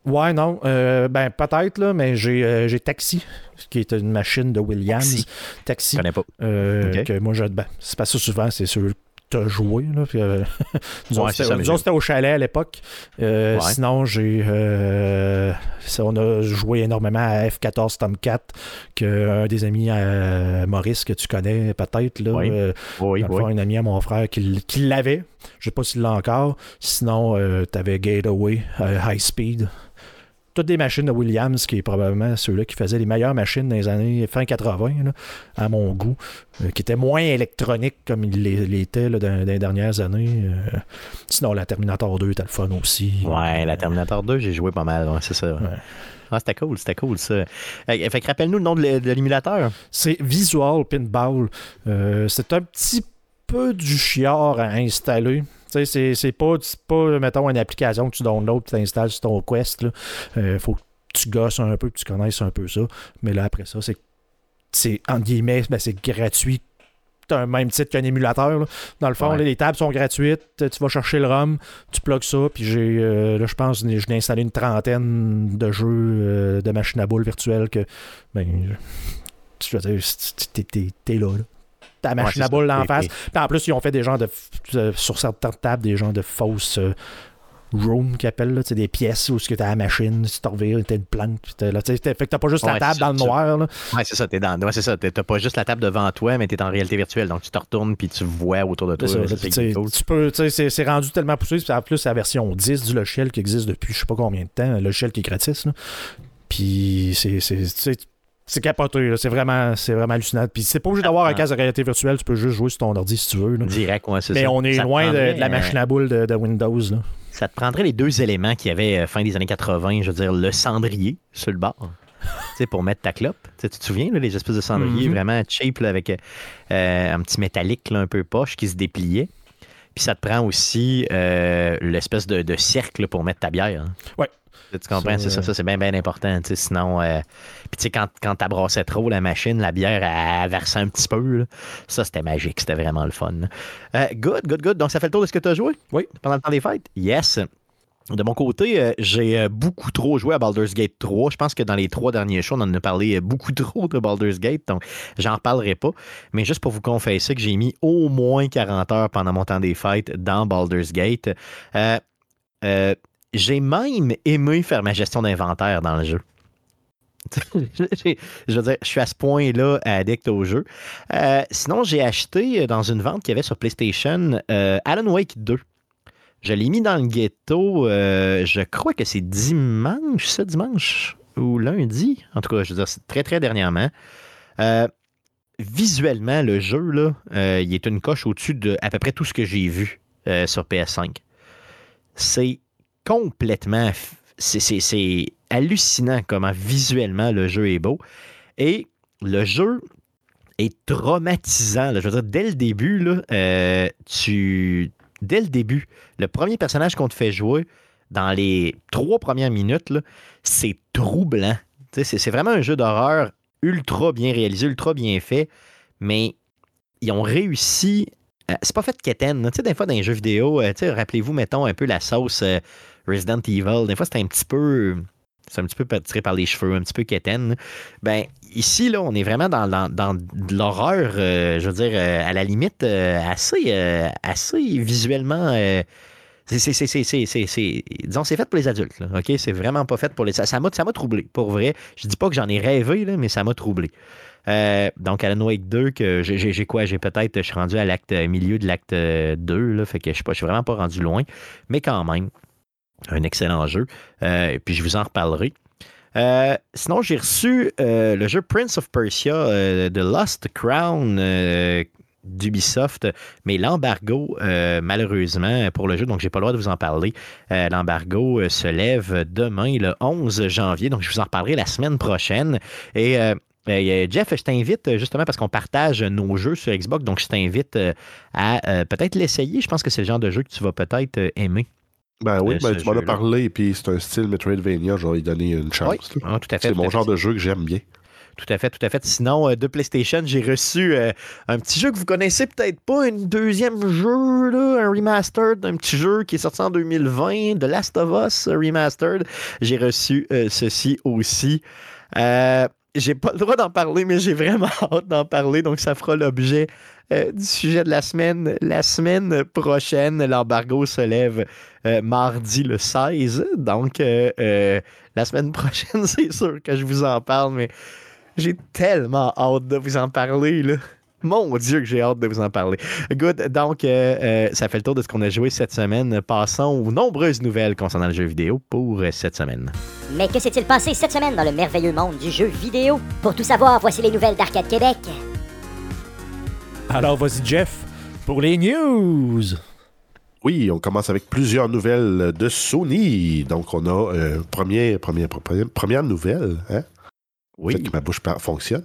Ouais, non. Euh, ben, peut-être, là, mais j'ai, euh, j'ai Taxi, qui est une machine de Williams. Taxi. Taxi. Je connais pas. Euh, Ok. Que moi, je, ben, c'est pas ça souvent, c'est sûr que t'as joué. Là, puis, euh, nous Ouais, autres, c'est c'était, ça, mais nous j'ai- autres, c'était au chalet à l'époque. Euh, Ouais. Sinon, j'ai. Euh, ça, on a joué énormément à F quatorze Tomcat, que un des amis à Maurice, que tu connais peut-être. Là, Oui. euh, Oui, dans le oui. fond, un ami à mon frère qui, l- qui l'avait. Je sais pas s'il l'a encore. Sinon, euh, t'avais Gateway, euh, High Speed. Toutes des machines de Williams, qui est probablement ceux-là qui faisaient les meilleures machines dans les années fin quatre-vingts, là, à mon goût, euh, qui étaient moins électroniques comme ils l'é- l'étaient là, dans, dans les dernières années. Euh, sinon, la Terminator deux était le fun aussi. Ouais, la Euh, Terminator deux, j'ai joué pas mal, ouais, c'est ça. Ouais. Ah, c'était cool, c'était cool, ça. Euh, Fait que rappelle-nous le nom de l'é- de l'émulateur. C'est Visual Pinball. Euh, c'est un petit peu du chiard à installer. Tu sais, c'est, c'est pas, c'est pas, mettons, une application que tu downloads et tu t'installes sur ton Quest. Il euh, faut que tu gosses un peu, que tu connaisses un peu ça. Mais là, après ça, c'est, c'est entre guillemets, ben, c'est gratuit. Tu as un même titre qu'un émulateur. Là. Dans le fond, Ouais. là, les tables sont gratuites. Tu vas chercher le ROM, tu plugues ça. Puis j'ai, euh, là, je pense, je l'ai installé une trentaine de jeux euh, de machines à boules virtuelles que, ben, je veux dire, t'es, t'es, t'es là, là. Ta machine Ouais, à c'est boules ça. en Et- face. et- Puis en plus, ils ont fait des genres de. euh, sur certaines tables, des genres de fausses euh, rooms qu'ils appellent, là, tu sais, des pièces où tu as la machine, tu te revires, t'as une planque. Puis t'as, là, tu sais, t'as- fait que t'as pas juste Ouais, la table c'est dans le ça. noir. Là. Ouais, c'est ça, t'es dans. Ouais, c'est ça. T'as t'as pas juste la table devant toi, mais t'es en réalité virtuelle. Donc tu te retournes puis tu vois autour de toi. C'est ça, Ouais, là, ça, puis c'est tu sais, cool. tu peux, tu sais, c'est, c'est rendu tellement poussé. Puis en plus, c'est la version dix du logiciel qui existe depuis je sais pas combien de temps, un logiciel qui est gratis. Là. Puis c'est, c'est, c'est, c'est capoté, là. C'est vraiment, c'est vraiment hallucinant. Puis c'est pas obligé d'avoir un casque de réalité virtuelle, tu peux juste jouer sur ton ordi si tu veux. Là. Direct, ouais, c'est Mais ça. on est Ça te loin de, prendrait, de la machine euh, à boules de, de Windows. Là. Ça te prendrait les deux éléments qu'il y avait euh, fin des années quatre-vingts, je veux dire, le cendrier sur le bord. Tu sais, pour mettre ta clope. Tu sais, tu te souviens, là, les espèces de cendriers Mhm. vraiment cheap là, avec euh, un petit métallique là, un peu poche qui se dépliait. Puis ça te prend aussi euh, l'espèce de, de cercle pour mettre ta bière. Hein. Ouais. Tu comprends? Ça, C'est ça, euh, ça c'est bien, bien important. tu sais, Sinon, euh, puis tu sais, quand, quand t'abrassais trop la machine, la bière, elle, elle versait un petit peu. Là. Ça, c'était magique. C'était vraiment le fun. là. Euh, good, good, good. Donc, ça fait le tour de ce que tu as joué? Oui. Pendant le temps des fêtes? Yes. De mon côté, euh, j'ai euh, beaucoup trop joué à Baldur's Gate trois. Je pense que dans les trois derniers shows, on en a parlé euh, beaucoup trop de Baldur's Gate, donc j'en reparlerai pas. Mais juste pour vous confesser que j'ai mis au moins quarante heures pendant mon temps des fêtes dans Baldur's Gate. Euh, euh, j'ai même aimé faire ma gestion d'inventaire dans le jeu. J'ai- je veux dire, je suis à ce point-là addict au jeu. Euh, sinon, j'ai acheté euh, dans une vente qu'il y avait sur PlayStation euh, Alan Wake deux. Je l'ai mis dans le ghetto, euh, je crois que c'est dimanche, ce dimanche ou lundi. En tout cas, je veux dire, c'est très, très dernièrement. Euh, visuellement, le jeu, là, euh, il est une coche au-dessus de à peu près tout ce que j'ai vu euh, sur P S cinq. C'est complètement... f- C'est, c'est, c'est hallucinant comment visuellement le jeu est beau. Et le jeu est traumatisant. là. Je veux dire, dès le début, là, euh, tu... Dès le début, le premier personnage qu'on te fait jouer, dans les trois premières minutes, là, c'est troublant. Tu sais, C'est, c'est vraiment un jeu d'horreur ultra bien réalisé, ultra bien fait, mais ils ont réussi. euh, C'est pas fait de quétaine. là. Tu sais, des fois, dans les jeux vidéo, euh, tu sais, rappelez-vous, mettons, un peu la sauce euh, Resident Evil. Des fois, c'est un petit peu. C'est un petit peu tiré par les cheveux, un petit peu quétaine. Ben, ici, là, on est vraiment dans, dans, dans de l'horreur, euh, je veux dire, euh, à la limite, euh, assez, euh, assez visuellement. euh, c'est, c'est, c'est, c'est, c'est, c'est- c'est- disons, c'est fait pour les adultes. Là, OK? C'est vraiment pas fait pour les. Ça, ça m'a, ça m'a troublé, pour vrai. Je dis pas que j'en ai rêvé, là, mais ça m'a troublé. Euh, donc, Alan Wake deux, que j'ai, j'ai, j'ai quoi? J'ai peut-être. Je suis rendu à l'acte milieu de l'acte deux, là, fait que je suis pas- je suis vraiment pas rendu loin. Mais quand même, un excellent jeu. Euh, et puis, je vous en reparlerai. Euh, sinon, j'ai reçu euh, le jeu Prince of Persia euh, de Lost Crown euh, d'Ubisoft, mais l'embargo, euh, malheureusement, pour le jeu, donc j'ai pas le droit de vous en parler. Euh, l'embargo euh, se lève demain, le onze janvier, donc je vous en reparlerai la semaine prochaine. Et euh, euh, Jeff, je t'invite justement parce qu'on partage nos jeux sur Xbox, donc je t'invite euh, à euh, peut-être l'essayer. Je pense que c'est le genre de jeu que tu vas peut-être euh, aimer. Ben oui, Euh, ben, ce tu m'en as jeu-là. parlé, puis c'est un style Metroidvania, je vais y donner une chance. Oui, là. ah, tout à fait. C'est tout mon à fait. genre de jeu que j'aime bien. Tout à fait, tout à fait. Sinon, euh, de PlayStation, j'ai reçu euh, un petit jeu que vous connaissez peut-être pas, un deuxième jeu, là, un remastered, un petit jeu qui est sorti en deux mille vingt, The Last of Us Remastered. J'ai reçu euh, ceci aussi. Euh, j'ai pas le droit d'en parler, mais j'ai vraiment hâte d'en parler, donc ça fera l'objet euh, du sujet de la semaine. La semaine prochaine, l'embargo se lève euh, mardi le seize, donc euh, euh, la semaine prochaine, c'est sûr que je vous en parle, mais j'ai tellement hâte de vous en parler, là. Mon Dieu que j'ai hâte de vous en parler. Good, donc euh, euh, ça fait le tour de ce qu'on a joué cette semaine. Passons aux nombreuses nouvelles concernant le jeu vidéo pour euh, cette semaine. Mais que s'est-il passé cette semaine dans le merveilleux monde du jeu vidéo? Pour tout savoir, voici les nouvelles d'Arcade Québec. Alors, vas-y, Jeff, pour les news. Oui, on commence avec plusieurs nouvelles de Sony. Donc, on a euh, première, première, première, première nouvelle, hein? Oui. Fait que ma bouche fonctionne.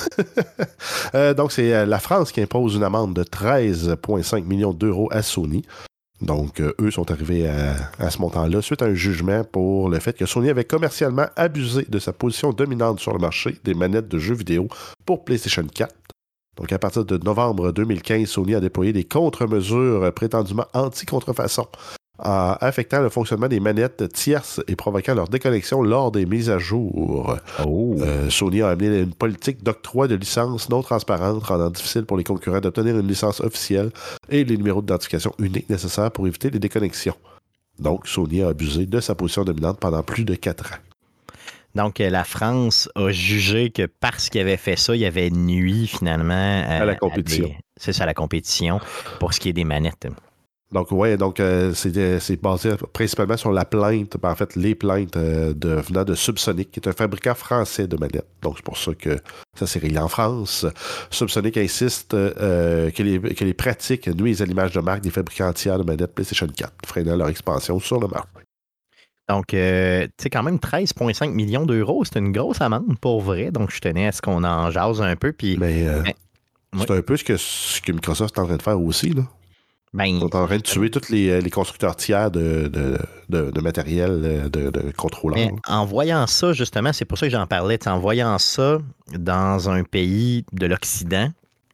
euh, donc, c'est euh, la France qui impose une amende de treize virgule cinq millions d'euros à Sony. Donc, euh, eux sont arrivés à, à ce montant-là suite à un jugement pour le fait que Sony avait commercialement abusé de sa position dominante sur le marché des manettes de jeux vidéo pour PlayStation quatre. Donc, à partir de novembre deux mille quinze, Sony a déployé des contre-mesures prétendument anti-contrefaçon, en affectant le fonctionnement des manettes tierces et provoquant leur déconnexion lors des mises à jour. Oh. Euh, Sony a amené une politique d'octroi de licences non transparente, rendant difficile pour les concurrents d'obtenir une licence officielle et les numéros d'identification uniques nécessaires pour éviter les déconnexions. Donc, Sony a abusé de sa position dominante pendant plus de quatre ans. Donc, euh, la France a jugé que parce qu'il avait fait ça, il avait nuit finalement à, à la compétition. À des, c'est ça, à la compétition pour ce qui est des manettes. Donc, oui, donc euh, c'est, c'est basé principalement sur la plainte, ben, en fait, les plaintes euh, de, venant de Subsonic, qui est un fabricant français de manettes. Donc, c'est pour ça que ça s'est réglé en France. Subsonic insiste euh, que, les, que les pratiques nuisent à l'image de marque des fabricants tiers de manettes PlayStation quatre, freinant leur expansion sur le marché. Donc, euh, tu sais, quand même, treize virgule cinq millions d'euros, c'est une grosse amende pour vrai. Donc, je tenais à ce qu'on en jase un peu. Puis, mais euh, mais, c'est oui. un peu ce que, ce que Microsoft est en train de faire aussi, là. Ben, Ils sont en train de tuer tous les, les constructeurs tiers de, de, de, de matériel de, de contrôleurs. En voyant ça, justement, c'est pour ça que j'en parlais. En voyant ça dans un pays de l'Occident,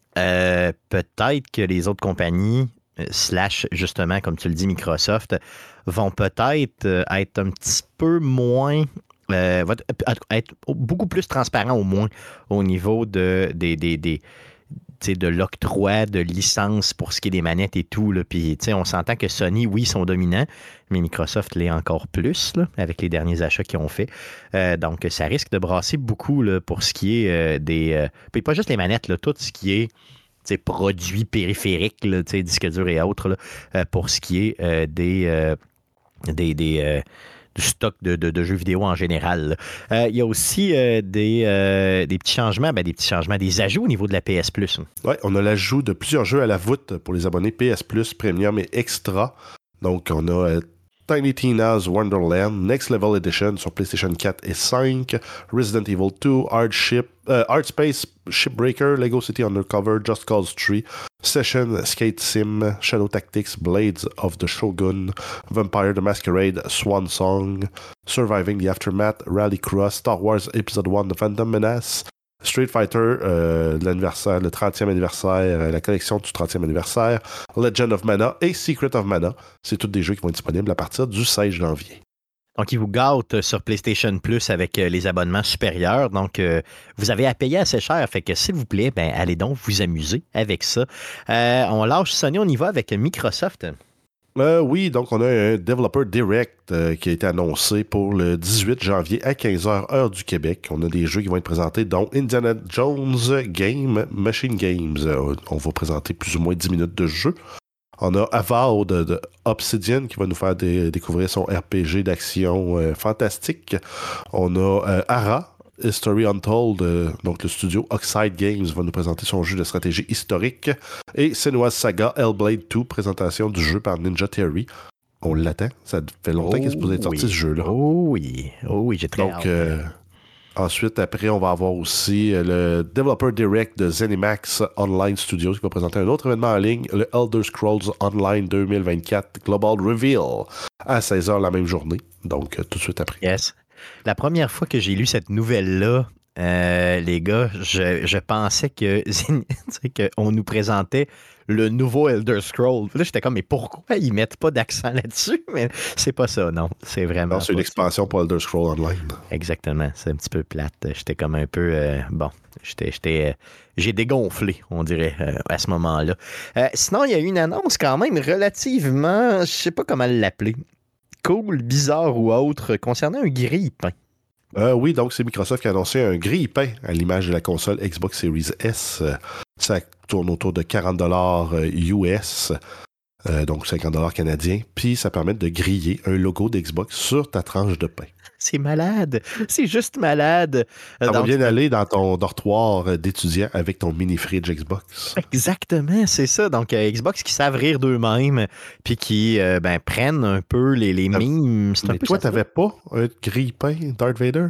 euh, peut-être que les autres compagnies, slash, justement, comme tu le dis, Microsoft, vont peut-être être un petit peu moins... Euh, être beaucoup plus transparent au moins au niveau de, des... des, des de l'octroi de licences pour ce qui est des manettes et tout. Là. Puis, on s'entend que Sony, oui, sont dominants, mais Microsoft l'est encore plus là, avec les derniers achats qu'ils ont faits. Euh, donc, ça risque de brasser beaucoup là, pour ce qui est euh, des... Euh, puis pas juste les manettes, là, tout ce qui est produits périphériques, là, disques durs et autres, là, euh, pour ce qui est euh, des... Euh, des, des euh, du stock de, de, de jeux vidéo en général. Il euh, y a aussi euh, des, euh, des petits changements, ben des petits changements, des ajouts au niveau de la P S Plus. Oui, on a l'ajout de plusieurs jeux à la voûte pour les abonnés P S Plus, Premium et Extra. Donc, on a euh, Tiny Tina's Wonderland, Next Level Edition sur PlayStation quatre et cinq, Resident Evil deux, Hardship, euh, Hard Space Shipbreaker, Lego City Undercover, Just Cause trois, Session, Skate Sim, Shadow Tactics, Blades of the Shogun, Vampire the Masquerade, Swan Song, Surviving the Aftermath, Rallycross, Star Wars Episode un, The Phantom Menace, Street Fighter, euh, l'anniversaire, le trentième anniversaire, la collection du trentième anniversaire, Legend of Mana et Secret of Mana. C'est tous des jeux qui vont être disponibles à partir du seize janvier. Donc, ils vous gâtent sur PlayStation Plus avec les abonnements supérieurs. Donc, euh, vous avez à payer assez cher. Fait que, s'il vous plaît, ben, allez donc vous amuser avec ça. Euh, on lâche Sony, on y va avec Microsoft. Euh, oui, donc on a un Developer Direct euh, qui a été annoncé pour le dix-huit janvier à quinze heures, heure du Québec. On a des jeux qui vont être présentés, dont Indiana Jones Game Machine Games. Euh, on va présenter plus ou moins dix minutes de jeu. On a Avowed de, de Obsidian qui va nous faire dé- découvrir son R P G d'action euh, fantastique. On a euh, Ara, History Untold, euh, donc le studio Oxide Games va nous présenter son jeu de stratégie historique. Et Senua's Saga Hellblade deux, présentation du jeu par Ninja Theory. On l'attend, ça fait longtemps oh, qu'il est supposé être sorti oui. ce jeu-là. Oh oui, oh oui, j'ai très donc, hâte. Euh, ensuite, après, on va avoir aussi le Developer Direct de ZeniMax Online Studios qui va présenter un autre événement en ligne, le Elder Scrolls Online deux mille vingt-quatre Global Reveal à seize heures la même journée. Donc, tout de suite après. Yes. La première fois que j'ai lu cette nouvelle-là, euh, les gars, je, je pensais que qu'on nous présentait le nouveau Elder Scrolls. Là, j'étais comme, mais pourquoi ils mettent pas d'accent là-dessus? Mais c'est pas ça, non. C'est vraiment. Non, c'est une expansion pour Elder Scrolls Online. Exactement. C'est un petit peu plate. J'étais comme un peu. Euh, bon, j'étais. j'étais euh, j'ai dégonflé, on dirait, euh, à ce moment-là. Euh, sinon, il y a eu une annonce quand même relativement. Je sais pas comment l'appeler. Cool, bizarre ou autre, concernant un grille-pain. Euh, oui, donc c'est Microsoft qui a annoncé un grille-pain à l'image de la console Xbox Series S. Euh, ça tourne autour de quarante dollars U S, euh, donc cinquante dollars canadiens. Puis ça permet de griller un logo d'Xbox sur ta tranche de pain. C'est malade. C'est juste malade. Ça Donc, va bien aller dans ton dortoir d'étudiant avec ton mini-fridge Xbox. Exactement, c'est ça. Donc, euh, Xbox qui savent rire d'eux-mêmes, puis qui euh, ben, prennent un peu les, les mimes. C'est un Mais peu toi, ça. t'avais pas un grille-pain Darth Vader?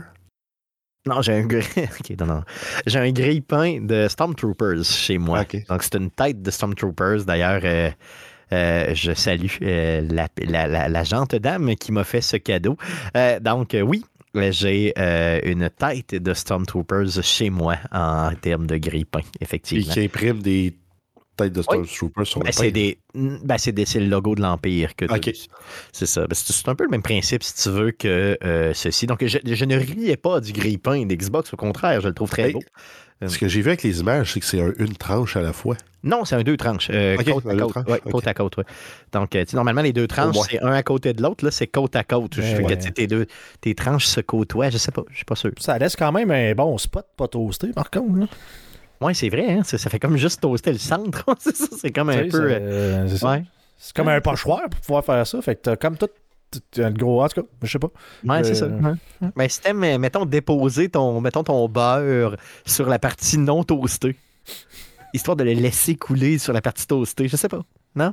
Non, j'ai un grille... okay, non, non. J'ai un grille-pain de Stormtroopers chez moi. Okay. Donc, c'est une tête de Stormtroopers. D'ailleurs, euh, euh, je salue euh, la, la, la, la gente dame qui m'a fait ce cadeau. Euh, donc, euh, oui, j'ai euh, une tête de Stormtroopers chez moi en termes de grille-pain, effectivement. Et qui imprime des têtes de Stormtroopers oui. sur ben, le c'est pain. Des, ben, c'est, des, c'est le logo de l'Empire que okay. tu... C'est ça. Ben, c'est, c'est un peu le même principe, si tu veux, que euh, ceci. Donc, je, je ne riais pas du grille-pain d'Xbox. Au contraire, je le trouve très hey, beau. Ce que j'ai vu avec les images, c'est que c'est un, une tranche à la fois. Non, c'est un deux tranches. Euh, okay, côte, à côte. Côte. Ouais, okay. côte à côte. Ouais. Donc, euh, normalement, les deux tranches, c'est un à côté de l'autre. Là, c'est côte à côte. Je fais ouais. que tes, deux, tes tranches se côtoient. Je sais pas. Je suis pas sûr. Ça laisse quand même un bon spot pas toasté, par contre. Là. Oui, c'est vrai. Hein? Ça, ça fait comme juste toaster le centre. c'est, ça, c'est comme un tu sais, peu. Euh, c'est, ouais. c'est comme un pochoir pour pouvoir faire ça. Fait que t'as comme tout. Un gros, en tout cas, je sais pas. Ouais, euh... c'est ça. Ouais. Mais si t'aimes, mettons, déposer ton, mettons, ton beurre sur la partie non toastée, histoire de le laisser couler sur la partie toastée, je sais pas. Non?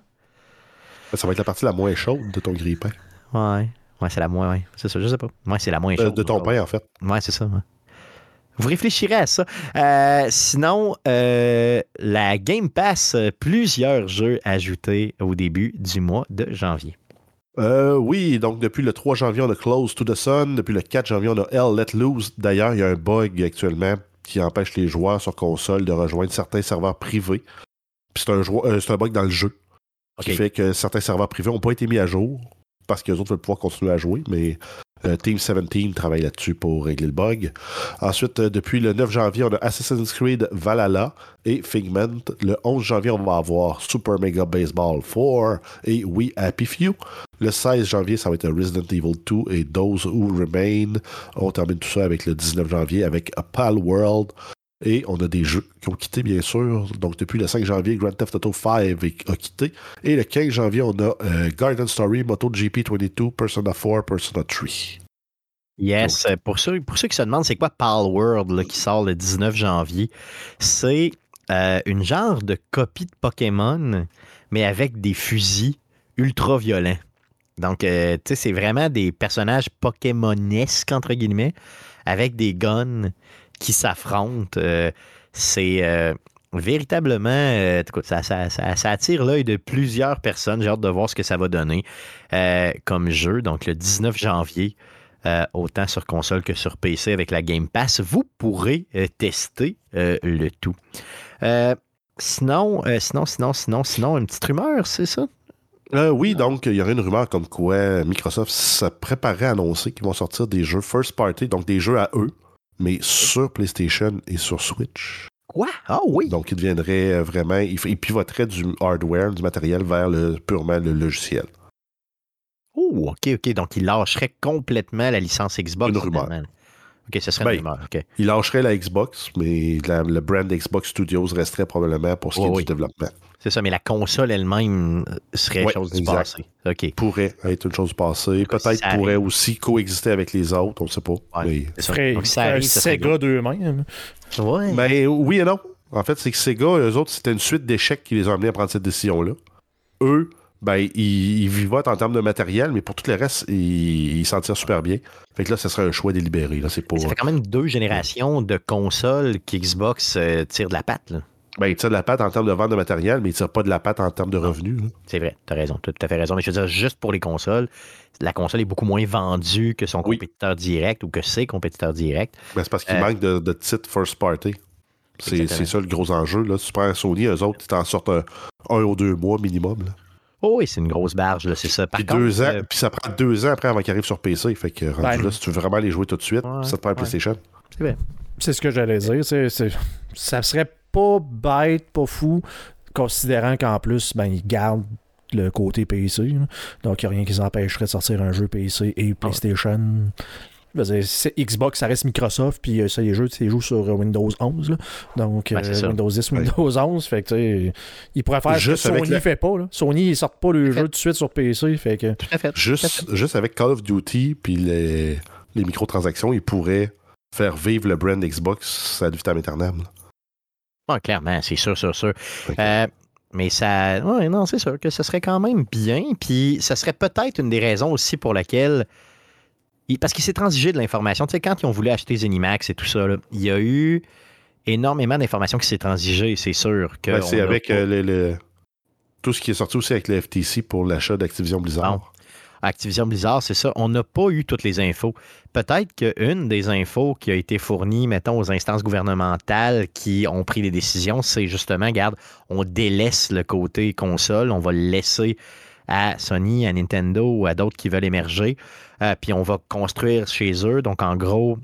Ça va être la partie la moins chaude de ton grille-pain. Ouais. Ouais, c'est la moins, ouais. C'est ça, je sais pas. Ouais, c'est la moins chaude. De, de ton pain, en fait. Ouais, c'est ça. Ouais. Vous réfléchirez à ça. Euh, sinon, euh, la Game Pass, plusieurs jeux ajoutés au début du mois de janvier. Euh, oui, donc depuis le trois janvier, on a Close to the Sun. Depuis le quatre janvier, on a Hell Let Loose. D'ailleurs, il y a un bug actuellement qui empêche les joueurs sur console de rejoindre certains serveurs privés. Puis c'est un, joueur, euh, c'est un bug dans le jeu okay. qui fait que certains serveurs privés n'ont pas été mis à jour parce que les autres veulent pouvoir continuer à jouer, mais euh, Team dix-sept travaille là-dessus pour régler le bug. Ensuite, euh, depuis le neuf janvier, on a Assassin's Creed Valhalla et Figment. Le onze janvier, on va avoir Super Mega Baseball quatre et We Happy Few. Le seize janvier, ça va être Resident Evil deux et Those Who Remain. On termine tout ça avec le dix-neuf janvier avec Pal World. Et on a des jeux qui ont quitté, bien sûr. Donc, depuis le cinq janvier, Grand Theft Auto cinq a quitté. Et le quinze janvier, on a euh, Garden Story, MotoGP vingt-deux, Persona quatre, Persona trois. Yes. Donc, pour, ceux, pour ceux qui se demandent, c'est quoi Pal World là, qui sort le dix-neuf janvier? C'est euh, une genre de copie de Pokémon, mais avec des fusils ultra violents. Donc, euh, tu sais, c'est vraiment des personnages pokémonesques, entre guillemets, avec des guns qui s'affrontent. Euh, c'est euh, véritablement... Euh, ça, ça, ça, ça attire l'œil de plusieurs personnes. J'ai hâte de voir ce que ça va donner euh, comme jeu. Donc, le dix-neuf janvier, euh, autant sur console que sur P C avec la Game Pass, vous pourrez euh, tester euh, le tout. Euh, sinon, euh, sinon, sinon, sinon, sinon, une petite rumeur, c'est ça? Euh, oui, donc il y aurait une rumeur comme quoi Microsoft se préparait à annoncer qu'ils vont sortir des jeux first party, donc des jeux à eux, mais sur PlayStation et sur Switch. Quoi? Ah oui! Donc, ils deviendraient vraiment... Ils pivoteraient du hardware, du matériel vers le, purement le logiciel. Oh, OK, OK. Donc, ils lâcheraient complètement la licence Xbox. Une rumeur. OK, ce serait ben, une rumeur. Okay. Ils lâcheraient la Xbox, mais la, le brand Xbox Studios resterait probablement pour ce qui oh, est oui. du développement. C'est ça, mais la console elle-même serait ouais, chose du exact. passé. OK. Pourrait être une chose du passé. Peut-être ça pourrait arrive. aussi coexister avec les autres, on ne sait pas. Ouais, mais... ça ferait, Donc, ça arrive, ça Sega d'eux-mêmes. Ouais. Ben, oui et non. En fait, c'est que Sega, eux autres, c'était une suite d'échecs qui les ont amenés à prendre cette décision-là. Eux, ben, ils, ils vivotent en termes de matériel, mais pour tout le reste, ils, ils s'en tirent super bien. Fait que là, ce serait un choix délibéré. Là. C'est pour... Ça fait quand même deux générations de consoles qu'Xbox euh, tire de la patte, là. Ben, il tire de la patte en termes de vente de matériel, mais il tire pas de la patte en termes de revenus. Là. C'est vrai, tu as raison, tu as tout à fait raison. Mais je veux dire, juste pour les consoles, la console est beaucoup moins vendue que son Oui. compétiteur direct ou que ses compétiteurs directs. Ben, c'est parce qu'il Euh, manque de, de titres first party. C'est, Exactement. c'est ça le gros enjeu. Là. Si tu prends Sony, eux autres, ils t'en sortent un, un ou deux mois minimum. Là. Oh oui, c'est une grosse barge, là, c'est ça. Par Puis, contre, deux ans, euh, puis ça prend deux ans après avant qu'ils arrivent sur P C. Fait que rendu Ben, là, si tu veux vraiment les jouer tout de suite, ouais, ça te prend un ouais. PlayStation. c'est vrai. C'est ce que j'allais dire. C'est, c'est, ça serait pas bête, pas fou, considérant qu'en plus, ben, ils gardent le côté P C. Là. Donc, il n'y a rien qui les empêcherait de sortir un jeu P C et PlayStation. Je veux dire, c'est Xbox, ça reste Microsoft, puis euh, ça, les jeux, ils jouent sur Windows onze. Là. Donc, Ouais, c'est euh, ça. Windows dix, Ouais. Windows onze. Fait que, tu sais, ils pourraient faire Juste ce que avec Sony la- fait pas. Là. Sony, ils sortent pas le Fait. jeu tout de suite sur P C. Fait que, Tout à fait. Juste, juste avec Call of Duty puis les, les microtransactions, ils pourraient faire vivre le brand Xbox ad vitam aeternam. là. Ouais, clairement, c'est sûr, sûr, sûr. Fait que- Euh, mais ça. Ouais, non, c'est sûr que ce serait quand même bien. Puis ça serait peut-être une des raisons aussi pour laquelle. il- Parce qu'il s'est transigé de l'information. Tu sais, quand ils ont voulu acheter ZeniMax et tout ça, là, il y a eu énormément d'informations qui s'est transigé, c'est sûr. Que Ben, c'est on a avec pas- euh, le, le- tout ce qui est sorti aussi avec le F T C pour l'achat d'Activision Blizzard. Bon. Activision Blizzard, c'est ça. On n'a pas eu toutes les infos. Peut-être qu'une des infos qui a été fournie, mettons, aux instances gouvernementales qui ont pris des décisions, c'est justement, regarde, on délaisse le côté console, on va le laisser à Sony, à Nintendo ou à d'autres qui veulent émerger, euh, puis on va construire chez eux. Donc, en gros,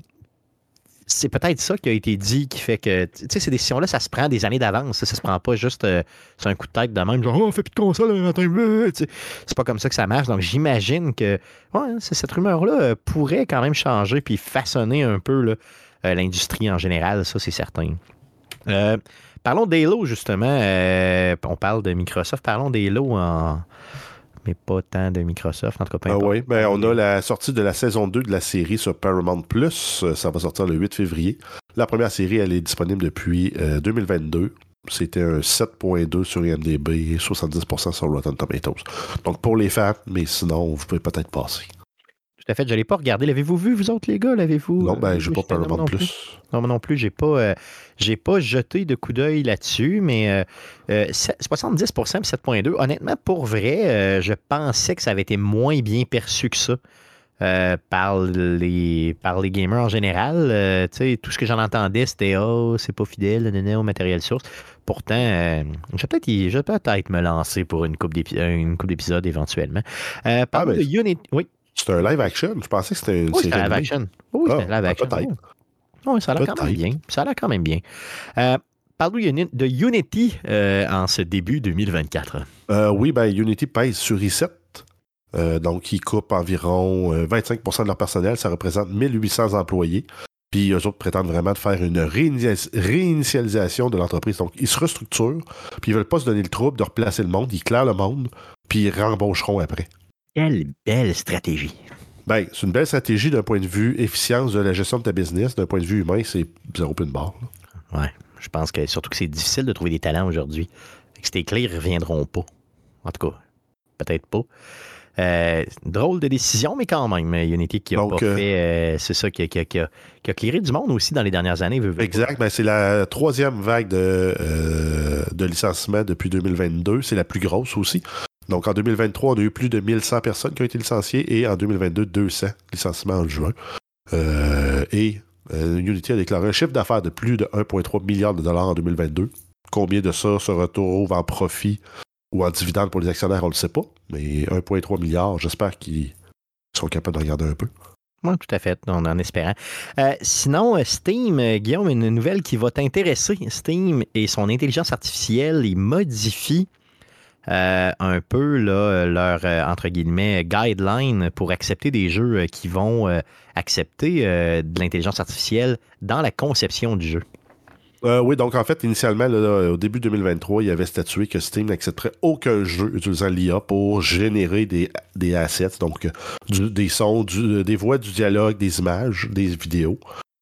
c'est peut-être ça qui a été dit qui fait que, tu sais, ces décisions-là, ça se prend des années d'avance. Ça, ça se prend pas juste euh, sur un coup de tête de même, genre, oh, on fait plus de console le matin. euh, tu sais. C'est pas comme ça que ça marche. Donc, j'imagine que ouais, c'est- cette rumeur-là euh, pourrait quand même changer puis façonner un peu là, euh, l'industrie en général. Ça, c'est certain. Euh, parlons d'Halo, justement. Euh, on parle de Microsoft. Parlons d'Halo en. Mais pas tant de Microsoft, en tout cas, peu Ah importe. oui, ben, on a la sortie de la saison deux de la série sur Paramount Plus. Euh, Ça va sortir le huit février. La première série, elle est disponible depuis euh, deux mille vingt-deux. C'était un sept virgule deux sur I M D B et soixante-dix pour cent sur Rotten Tomatoes. Donc pour les fans, mais sinon, vous pouvez peut-être passer. Tout à fait, je ne l'ai pas regardé. L'avez-vous vu, vous autres, les gars? L'avez-vous? Non, ben, euh, j'ai vu? pas J'étais- non, Paramount non plus. Plus. Non, moi non plus, j'ai pas, euh, j'ai pas jeté de coup d'œil là-dessus, mais euh, euh, c'est- soixante-dix pour cent et sept virgule deux. Honnêtement, pour vrai, euh, je pensais que ça avait été moins bien perçu que ça euh, par, les, par les gamers en général. Euh, tu sais, tout ce que j'en entendais, c'était « Oh, c'est pas fidèle, nanana, au matériel source ». Pourtant, euh, je vais peut-être y- je vais peut-être me lancer pour une coupe d'épi- une couple d'épisodes éventuellement. Euh, parlons ben, de Unity. Oui, C'est un live action. Je pensais que c'était une oui série c'est un live animée. action. Oui, c'est Ah, un live action. peut-être. Oui, ça a l'air quand même Peut-être. bien. Ça a l'air quand même bien. Euh, Parlons de Uni- de Unity euh, en ce début deux mille vingt-quatre. Euh, oui, ben Unity pèse sur i sept. Euh, donc, ils coupent environ euh, vingt-cinq pour cent de leur personnel. Ça représente mille huit cents employés. Puis, eux autres prétendent vraiment de faire une réinitia- réinitialisation de l'entreprise. Donc, ils se restructurent. Puis, ils veulent pas se donner le trouble de replacer le monde. Ils clairent le monde. Puis, ils rembaucheront après. Quelle belle stratégie. Ben, c'est une belle stratégie d'un point de vue efficience de la gestion de ta business. D'un point de vue humain, c'est zéro pin barre. là. Ouais, je pense que surtout que c'est difficile de trouver des talents aujourd'hui. Fait que ces clés ne reviendront pas. En tout cas, peut-être pas. Euh, drôle de décision, mais quand même, Unity qui a Donc, pas euh, fait. euh, c'est ça qui a, qui, a, qui, a, qui a clearé du monde aussi dans les dernières années. Veut, veut Exact. Ben, c'est la troisième vague de, euh, de licenciements depuis deux mille vingt-deux. C'est la plus grosse aussi. Donc, en deux mille vingt-trois, on a eu plus de mille cent personnes qui ont été licenciées et en deux mille vingt-deux, deux cents licenciements en juin. Euh, et euh, Unity a déclaré un chiffre d'affaires de plus de un virgule trois milliard de dollars en deux mille vingt-deux. Combien de ça se retrouve en profit ou en dividende pour les actionnaires, on ne le sait pas. Mais un virgule trois milliard, j'espère qu'ils sont capables de regarder un peu. Oui, tout à fait, en, en espérant. Euh, sinon, euh, Steam, euh, Guillaume, une nouvelle qui va t'intéresser. Steam et son intelligence artificielle, ils modifient euh, un peu là, leur, euh, entre guillemets, guideline pour accepter des jeux euh, qui vont euh, accepter euh, de l'intelligence artificielle dans la conception du jeu. Euh, oui, donc en fait, initialement, là, là, au début deux mille vingt-trois, il avait statué que Steam n'accepterait aucun jeu utilisant l'I A pour générer des, des assets, donc euh, du, des sons, du, des voix, du dialogue, des images, des vidéos.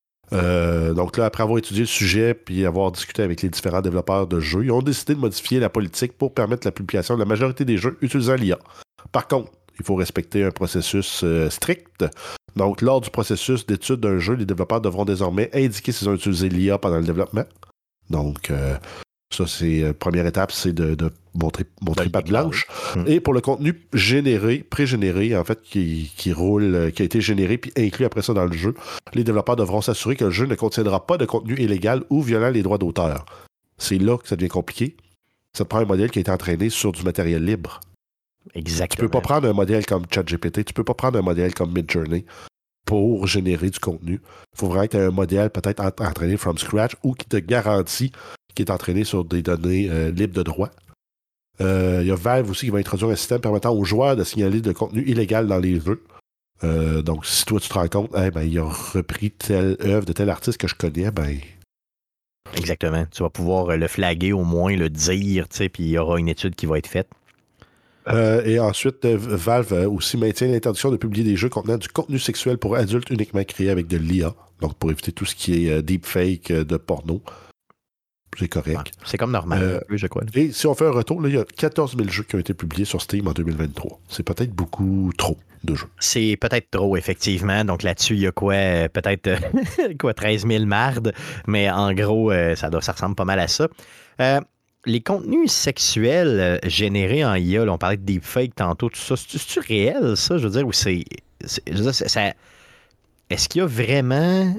Euh, donc là, après avoir étudié le sujet puis avoir discuté avec les différents développeurs de jeux, ils ont décidé de modifier la politique pour permettre la publication de la majorité des jeux utilisant l'I A. Par contre, il faut respecter un processus euh, strict. Donc, lors du processus d'étude d'un jeu, les développeurs devront désormais indiquer s'ils ont utilisé l'I A pendant le développement. Donc, euh, Ça, c'est euh, première étape, c'est de, de montrer, montrer patte blanche. Hum. Et pour le contenu généré, pré-généré, en fait, qui, qui roule, euh, qui a été généré puis inclus après ça dans le jeu, les développeurs devront s'assurer que le jeu ne contiendra pas de contenu illégal ou violant les droits d'auteur. C'est là que ça devient compliqué. Ça te prend un modèle qui a été entraîné sur du matériel libre. Exactement. Tu peux pas prendre un modèle comme ChatGPT, tu peux pas prendre un modèle comme Midjourney pour générer du contenu. Il faut vraiment que tu aies un modèle peut-être entraîné from scratch ou qui te garantit qu'il est entraîné sur des données euh, libres de droit. Il euh, y a Valve aussi qui va introduire un système permettant aux joueurs de signaler de contenu illégal dans les jeux. Euh, donc, si toi, tu te rends compte, eh ben, il a repris telle œuvre de tel artiste que je connais, ben... Exactement. Tu vas pouvoir le flaguer au moins, le dire, tu sais, puis il y aura une étude qui va être faite. Euh, et ensuite, euh, Valve euh, aussi maintient l'interdiction de publier des jeux contenant du contenu sexuel pour adultes uniquement créé avec de l'I A. Donc, pour éviter tout ce qui est euh, deepfake euh, de porno. C'est correct. Ouais, c'est comme normal, Euh, un peu, je crois. Et si on fait un retour, là, il y a quatorze mille jeux qui ont été publiés sur Steam en deux mille vingt-trois. C'est peut-être beaucoup trop de jeux. C'est peut-être trop, effectivement. Donc là-dessus, il y a quoi? euh, Peut-être euh, quoi, treize mille mardes. Mais en gros, euh, ça, doit, ça ressemble pas mal à ça. Euh, les contenus sexuels euh, générés en I A, là, on parlait de deepfake tantôt, tout ça, c'est- c'est-tu réel, ça? Je veux dire, ou c'est... c'est- je veux dire, c'est- ça- est-ce qu'il y a vraiment...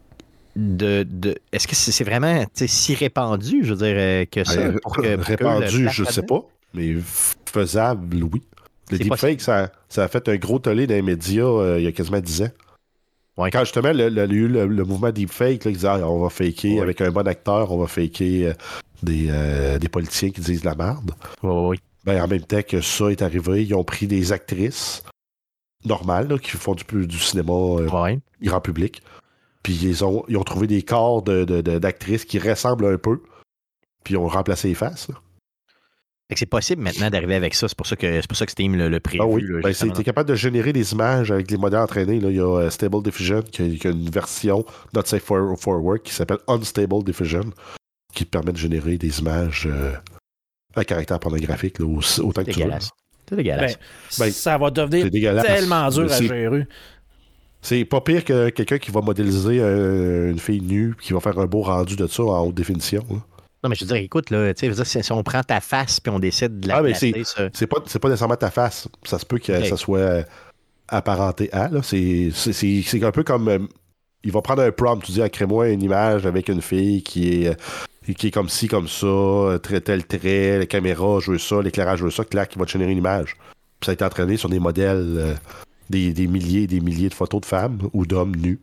De, de, est-ce que c'est c'est vraiment tu sais, si répandu, je veux dire, euh, que ça? Euh, pour que- pour qu'eux le répandu, placent je sais là-dedans? pas, mais f- faisable, oui. Le C'est deepfake, ça, ça a fait un gros tollé dans les médias euh, il y a quasiment dix ans. Ouais. Quand justement, le, le, le, le- le mouvement deepfake, là, ils disaient ah, on va faker Ouais. avec un bon acteur, on va faker euh, des, euh, des politiciens qui disent de la merde. Oui, oui, oui. Ben, en même temps que ça est arrivé, ils ont pris des actrices normales là, qui font du, du cinéma euh, Ouais. grand public. Puis ils ont, ils ont trouvé des corps de, de, de- d'actrices qui ressemblent un peu. Puis ils ont remplacé les faces. là. Fait que c'est possible maintenant d'arriver avec ça. C'est pour ça que c'est pour ça que Steam le, le prévu. Ah oui, là, ben, justement. tu es capable de générer des images avec les modèles entraînés. Là. Il y a euh, Stable Diffusion qui a, qui a une version Not Safe for, for Work qui s'appelle Unstable Diffusion qui te permet de générer des images euh, à caractère pornographique là, aussi- autant que C'est tu veux. dégueulasse. C'est dégueulasse. Ben, Ben, ça va devenir C'est dégueulasse. tellement dur à C'est- gérer. C'est pas pire que quelqu'un qui va modéliser euh, une fille nue qui va faire un beau rendu de ça en haute définition. là. Non, mais je veux dire, écoute, là, tu sais, je veux dire, si si on prend ta face puis on décide de la Ah, mais placer, ça- C'est pas, c'est pas nécessairement ta face. Ça se peut que Ok. ça soit euh, apparenté à. Là. C'est, c'est, c'est, c'est un peu comme. euh, il va prendre un prompt, tu dis, ah, crée-moi une image avec une fille qui est, euh, qui est comme ci, comme ça, euh, très tel trait, la caméra, je veux ça, l'éclairage, je veux ça, clac, il va te générer une image. Puis ça a été entraîné sur des modèles, euh, des, des milliers et des milliers de photos de femmes ou d'hommes nus.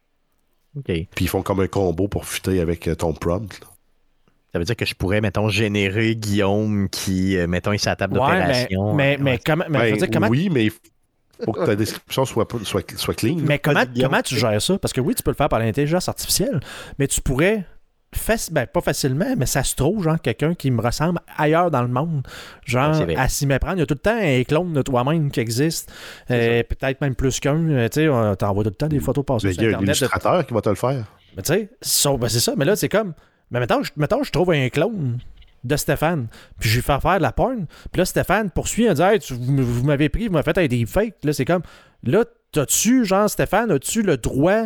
OK. Puis ils font comme un combo pour fuiter avec euh, ton prompt. là. Ça veut dire que je pourrais, mettons, générer Guillaume qui, euh, mettons, est sur la table Ouais, mais, d'opération. mais, mais, Ouais. comment, mais, je veux Ben, dire, comment, oui, mais il faut que ta description soit, pas- soit, soit clean. là. mais comment, Vas-y, Guillaume. comment tu gères ça? Parce que oui, tu peux le faire par l'intelligence artificielle, mais tu pourrais, faci- ben, pas facilement, mais ça se trouve, genre, quelqu'un qui me ressemble ailleurs dans le monde, genre, Ouais, c'est vrai. à s'y méprendre. Il y a tout le temps un clone de toi-même qui existe, euh, peut-être même plus qu'un. euh, Tu sais, on t'envoie tout le temps des photos passées Mais sur il y a un Internet. de- illustrateur qui va te le faire. Mais tu sais, so- ben, c'est ça. Mais là, c'est comme. Mais mettons, je, mettons, je trouve un clone de Stéphane, puis je lui fais faire de la porn. Puis là, Stéphane poursuit en disant hey, tu- vous, vous m'avez pris, vous m'avez fait un deepfake. Là, c'est comme. Là, t'as-tu, genre, Stéphane, as-tu le droit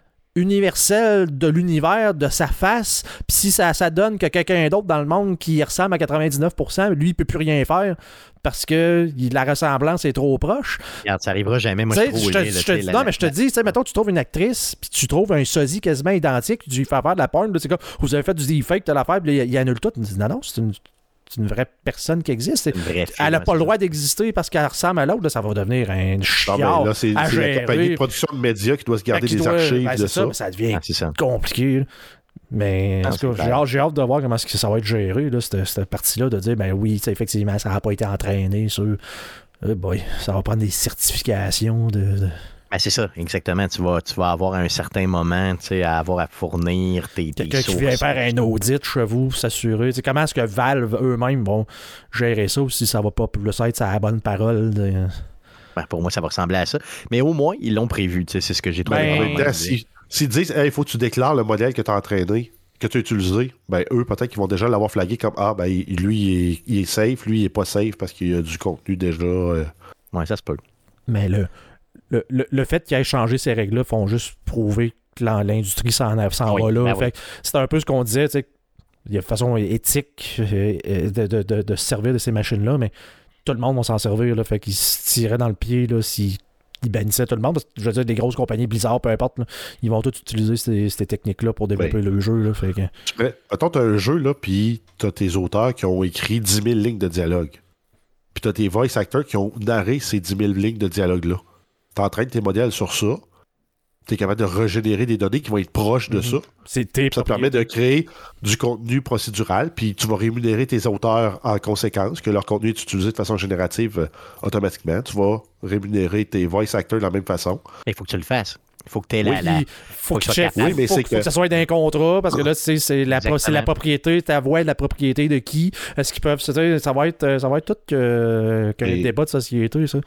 universel de l'univers, de sa face? Puis si ça, ça donne que quelqu'un d'autre dans le monde qui ressemble à quatre-vingt-dix-neuf pour cent, lui, il peut plus rien faire parce que il- la ressemblance est trop proche. Regarde, ça arrivera jamais. Moi, Tu je sais, trouve je te- laid, là, je te tu sais, dis- la- non, la- mais je te la- dis, tu sais, mettons, tu trouves une actrice, puis tu trouves un sosie quasiment identique, tu lui fais faire de la porn, là, c'est comme, vous avez fait du deepfake, t'as l'affaire, puis là, il, il annule tout. Tu dis, non, non, c'est une, c'est une vraie personne qui existe. une vraie fille, Elle n'a ouais, pas le c'est droit d'exister parce qu'elle ressemble à l'autre, là, ça va devenir un Non, chiard mais là, c'est, à c'est la gérer. compagnie de production de médias qui doit se garder Fait qu'il des doit- archives ben, de c'est ça. mais ça devient Ah, c'est ça. compliqué. là. Mais Ah, en tout c'est cas, j'ai clair. hâte, j'ai hâte de voir comment est-ce que ça va être géré, là, cette, cette partie-là, de dire, ben oui, tu sais, effectivement, ça n'a pas été entraîné sur. Euh, boy, ça va prendre des certifications de. de- Ben, c'est ça, exactement. Tu vas, tu vas avoir à un certain moment, tu sais, à avoir à fournir tes, tes Quelqu'un qui sources. vient faire un audit chez vous, s'assurer. Tu sais, comment est-ce que Valve eux-mêmes vont gérer ça ou si ça va pas plus être sa bonne parole? De... Ben, pour moi, ça va ressembler à ça. Mais au moins, ils l'ont prévu. tu sais, C'est ce que j'ai trouvé. Ben, En vraiment même temps, bien. si- s'ils disent il faut que tu déclares le modèle que tu as entraîné, que tu as utilisé, ben eux, peut-être qu'ils vont déjà l'avoir flagué comme ah, ben il- lui, il est, il est safe, lui, il est pas safe parce qu'il y a du contenu déjà. euh, Ouais, ça se peut. Mais le, le, le, le fait qu'ils aient changé ces règles-là font juste prouver que l'in- l'industrie s'en, s'en Oui, va là. ben Fait oui. que c'est un peu ce qu'on disait, tu sais. il y a une façon éthique euh, de, de, de, de se servir de ces machines-là, mais tout le monde va s'en servir. Là, fait qu'ils se tiraient dans le pied là, s'ils ils bannissaient tout le monde. Parce que, je veux dire, des grosses compagnies, Blizzard, peu importe, là, ils vont tous utiliser ces, ces techniques-là pour développer oui. le jeu. Là, fait que... Mettons, tu as un jeu, là, puis tu as tes auteurs qui ont écrit dix mille lignes de dialogue. Puis tu as tes voice actors qui ont narré ces dix mille lignes de dialogue-là. Tu entraînes tes modèles sur ça. Tu es capable de régénérer des données qui vont être proches de mm-hmm. ça. C'est tes ça te permet de créer du contenu procédural, puis tu vas rémunérer tes auteurs en conséquence, que leur contenu est utilisé de façon générative euh, automatiquement. Tu vas rémunérer tes voice actors de la même façon. Il faut que tu le fasses. Il faut que tu aies oui, la... la... Faut, faut, que, que, oui, mais faut, c'est faut que... que ça soit d'un contrat, parce que là, c'est, c'est, la, c'est la propriété, ta voix est la propriété de qui? Est-ce qu'ils peuvent... Ça va être, ça va être tout que, que Et... débat de société, ça.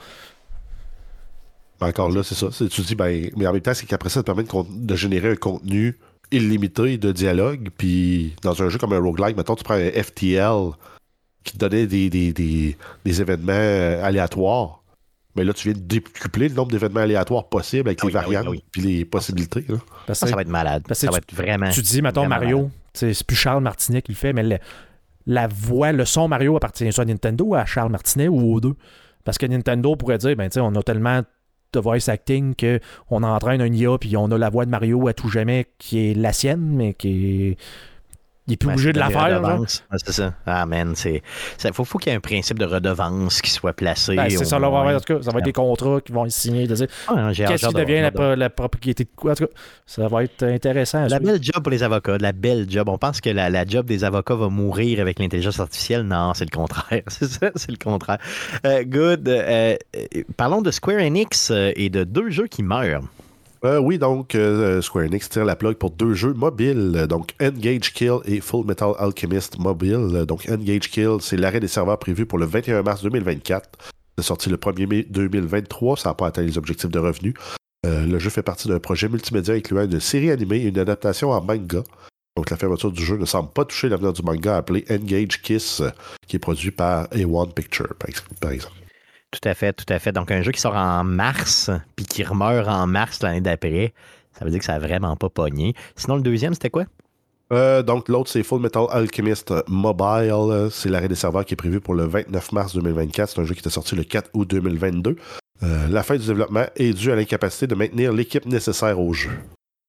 Encore là, c'est ça. C'est, tu dis, ben, mais en même temps, c'est qu'après ça, ça te permet de, de générer un contenu illimité de dialogue. Puis dans un jeu comme un roguelike, mettons, tu prends un F T L qui te donnait des, des, des, des événements aléatoires. Mais là, tu viens de décupler le nombre d'événements aléatoires possibles avec ah les oui, variantes et oui, oui. les possibilités. Là. Parce que ça va être malade. Ça tu, va être vraiment. Tu dis, mettons, Mario, c'est plus Charles Martinet qui le fait, mais le, la voix, le son Mario appartient soit à Nintendo ou à Charles Martinet ou aux deux. Parce que Nintendo pourrait dire, ben, tu sais, on a tellement de voice acting qu'on entraîne un I A puis on a la voix de Mario à tout jamais qui est la sienne, mais qui est... Il n'est plus ouais, obligé de la faire. Ouais, c'est ça. Ah, man, c'est... Il faut, faut qu'il y ait un principe de redevance qui soit placé. Ben, c'est ça, là, en tout cas, ça va être des contrats qui vont être signés. De dire, ah, qu'est-ce qui devient la, la, la propriété de quoi? En tout cas, ça va être intéressant. La belle job pour les avocats, la belle job. On pense que la, la job des avocats va mourir avec l'intelligence artificielle. Non, c'est le contraire. C'est ça, c'est le contraire. Uh, good. Uh, parlons de Square Enix et de deux jeux qui meurent. Euh, oui, donc euh, Square Enix tire la plug pour deux jeux mobiles, donc Engage Kill et Full Metal Alchemist Mobile. Donc Engage Kill, c'est l'arrêt des serveurs prévu pour le vingt et un mars deux mille vingt-quatre. C'est sorti le premier mai deux mille vingt-trois, ça n'a pas atteint les objectifs de revenus. Euh, le jeu fait partie d'un projet multimédia incluant une série animée et une adaptation en manga. Donc la fermeture du jeu ne semble pas toucher l'avenir du manga appelé Engage Kiss, qui est produit par A one Picture, par exemple. Tout à fait, tout à fait. Donc, un jeu qui sort en mars, puis qui remeurt en mars l'année d'après, ça veut dire que ça n'a vraiment pas pogné. Sinon, le deuxième, c'était quoi? Euh, donc, l'autre, c'est Full Metal Alchemist Mobile. C'est l'arrêt des serveurs qui est prévu pour le vingt-neuf mars deux mille vingt-quatre. C'est un jeu qui était sorti le quatre août deux mille vingt-deux. Euh, la fin du développement est due à l'incapacité de maintenir l'équipe nécessaire au jeu.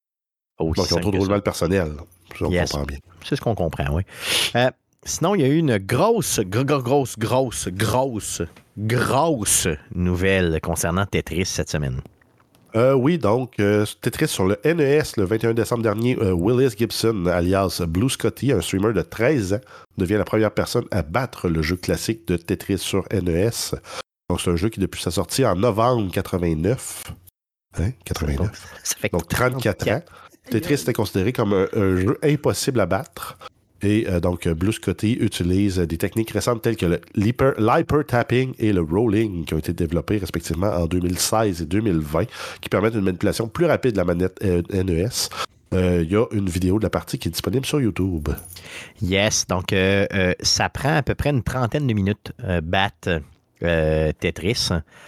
Oh, donc, ils ont trop de roulement personnel. Ça, on yes. comprend bien. C'est ce qu'on comprend, oui. Euh, Sinon, il y a eu une grosse, grosse, grosse, grosse, grosse, grosse nouvelle concernant Tetris cette semaine. Euh, oui, donc, euh, Tetris sur le N E S, le vingt et un décembre dernier, euh, Willis Gibson, alias Blue Scotty, un streamer de treize ans, devient la première personne à battre le jeu classique de Tetris sur N E S. Donc, c'est un jeu qui, depuis sa sortie en novembre quatre-vingt-neuf, hein, quatre-vingt-neuf, ça fait donc trente-quatre ans, Tetris était considéré comme un, un jeu impossible à battre. Et euh, donc, Blue Scotty utilise des techniques récentes telles que le l'hyper, l'hyper-tapping et le rolling qui ont été développés respectivement en deux mille seize et deux mille vingt, qui permettent une manipulation plus rapide de la manette N E S. Il euh, y a une vidéo de la partie qui est disponible sur YouTube. Yes, donc euh, euh, ça prend à peu près une trentaine de minutes euh, battre euh, Tetris.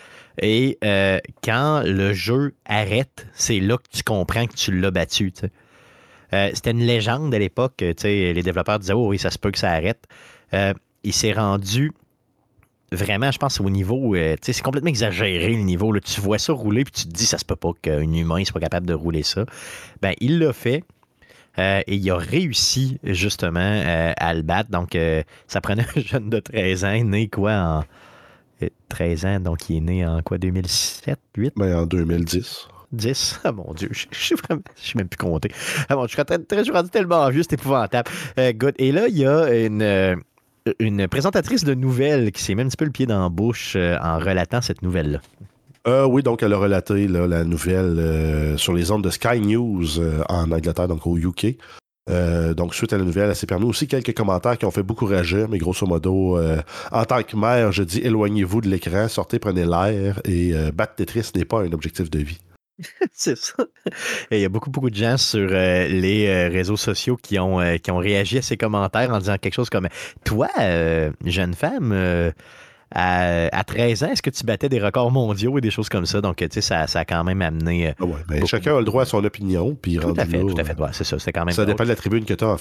Et euh, quand le jeu arrête, c'est là que tu comprends que tu l'as battu, tu sais. Euh, c'était une légende à l'époque. Les développeurs disaient « Oh oui, ça se peut que ça arrête. Euh, » Il s'est rendu vraiment, je pense, au niveau... Euh, c'est complètement exagéré, le niveau. Là. Tu vois ça rouler, puis tu te dis « Ça se peut pas qu'un humain ne soit pas capable de rouler ça. » Ben, il l'a fait. Euh, et il a réussi, justement, euh, à le battre. Donc, euh, ça prenait un jeune de treize ans, né quoi, en... Euh, treize ans, donc il est né en quoi, deux mille sept, huit? Ben, en deux mille dix. dix. Ah mon Dieu, je, je suis vraiment, je suis même plus compté. Ah bon, je suis, très, très, je suis rendu tellement vieux, c'est épouvantable. Euh, good. Et là, il y a une, une présentatrice de nouvelles qui s'est mis un petit peu le pied dans la bouche euh, en relatant cette nouvelle-là. Euh, oui, donc elle a relaté là, la nouvelle euh, sur les ondes de Sky News euh, en Angleterre, donc au U K. Euh, donc, suite à la nouvelle, elle s'est permis aussi quelques commentaires qui ont fait beaucoup réagir, mais grosso modo, euh, en tant que mère, je dis éloignez-vous de l'écran, sortez, prenez l'air, et euh, battre Tetris n'est pas un objectif de vie. C'est ça. Il y a beaucoup, beaucoup de gens sur euh, les euh, réseaux sociaux qui ont, euh, qui ont réagi à ces commentaires en disant quelque chose comme « Toi, euh, jeune femme, euh, à, à treize ans, est-ce que tu battais des records mondiaux et des choses comme ça? » Donc, tu sais, ça, ça a quand même amené... Euh, ah ouais, ben, chacun a le droit à son opinion. Puis tout à fait, là, tout à fait. Ouais, c'est ça, c'est quand même... Ça dépend de la tribune que tu as, en fait.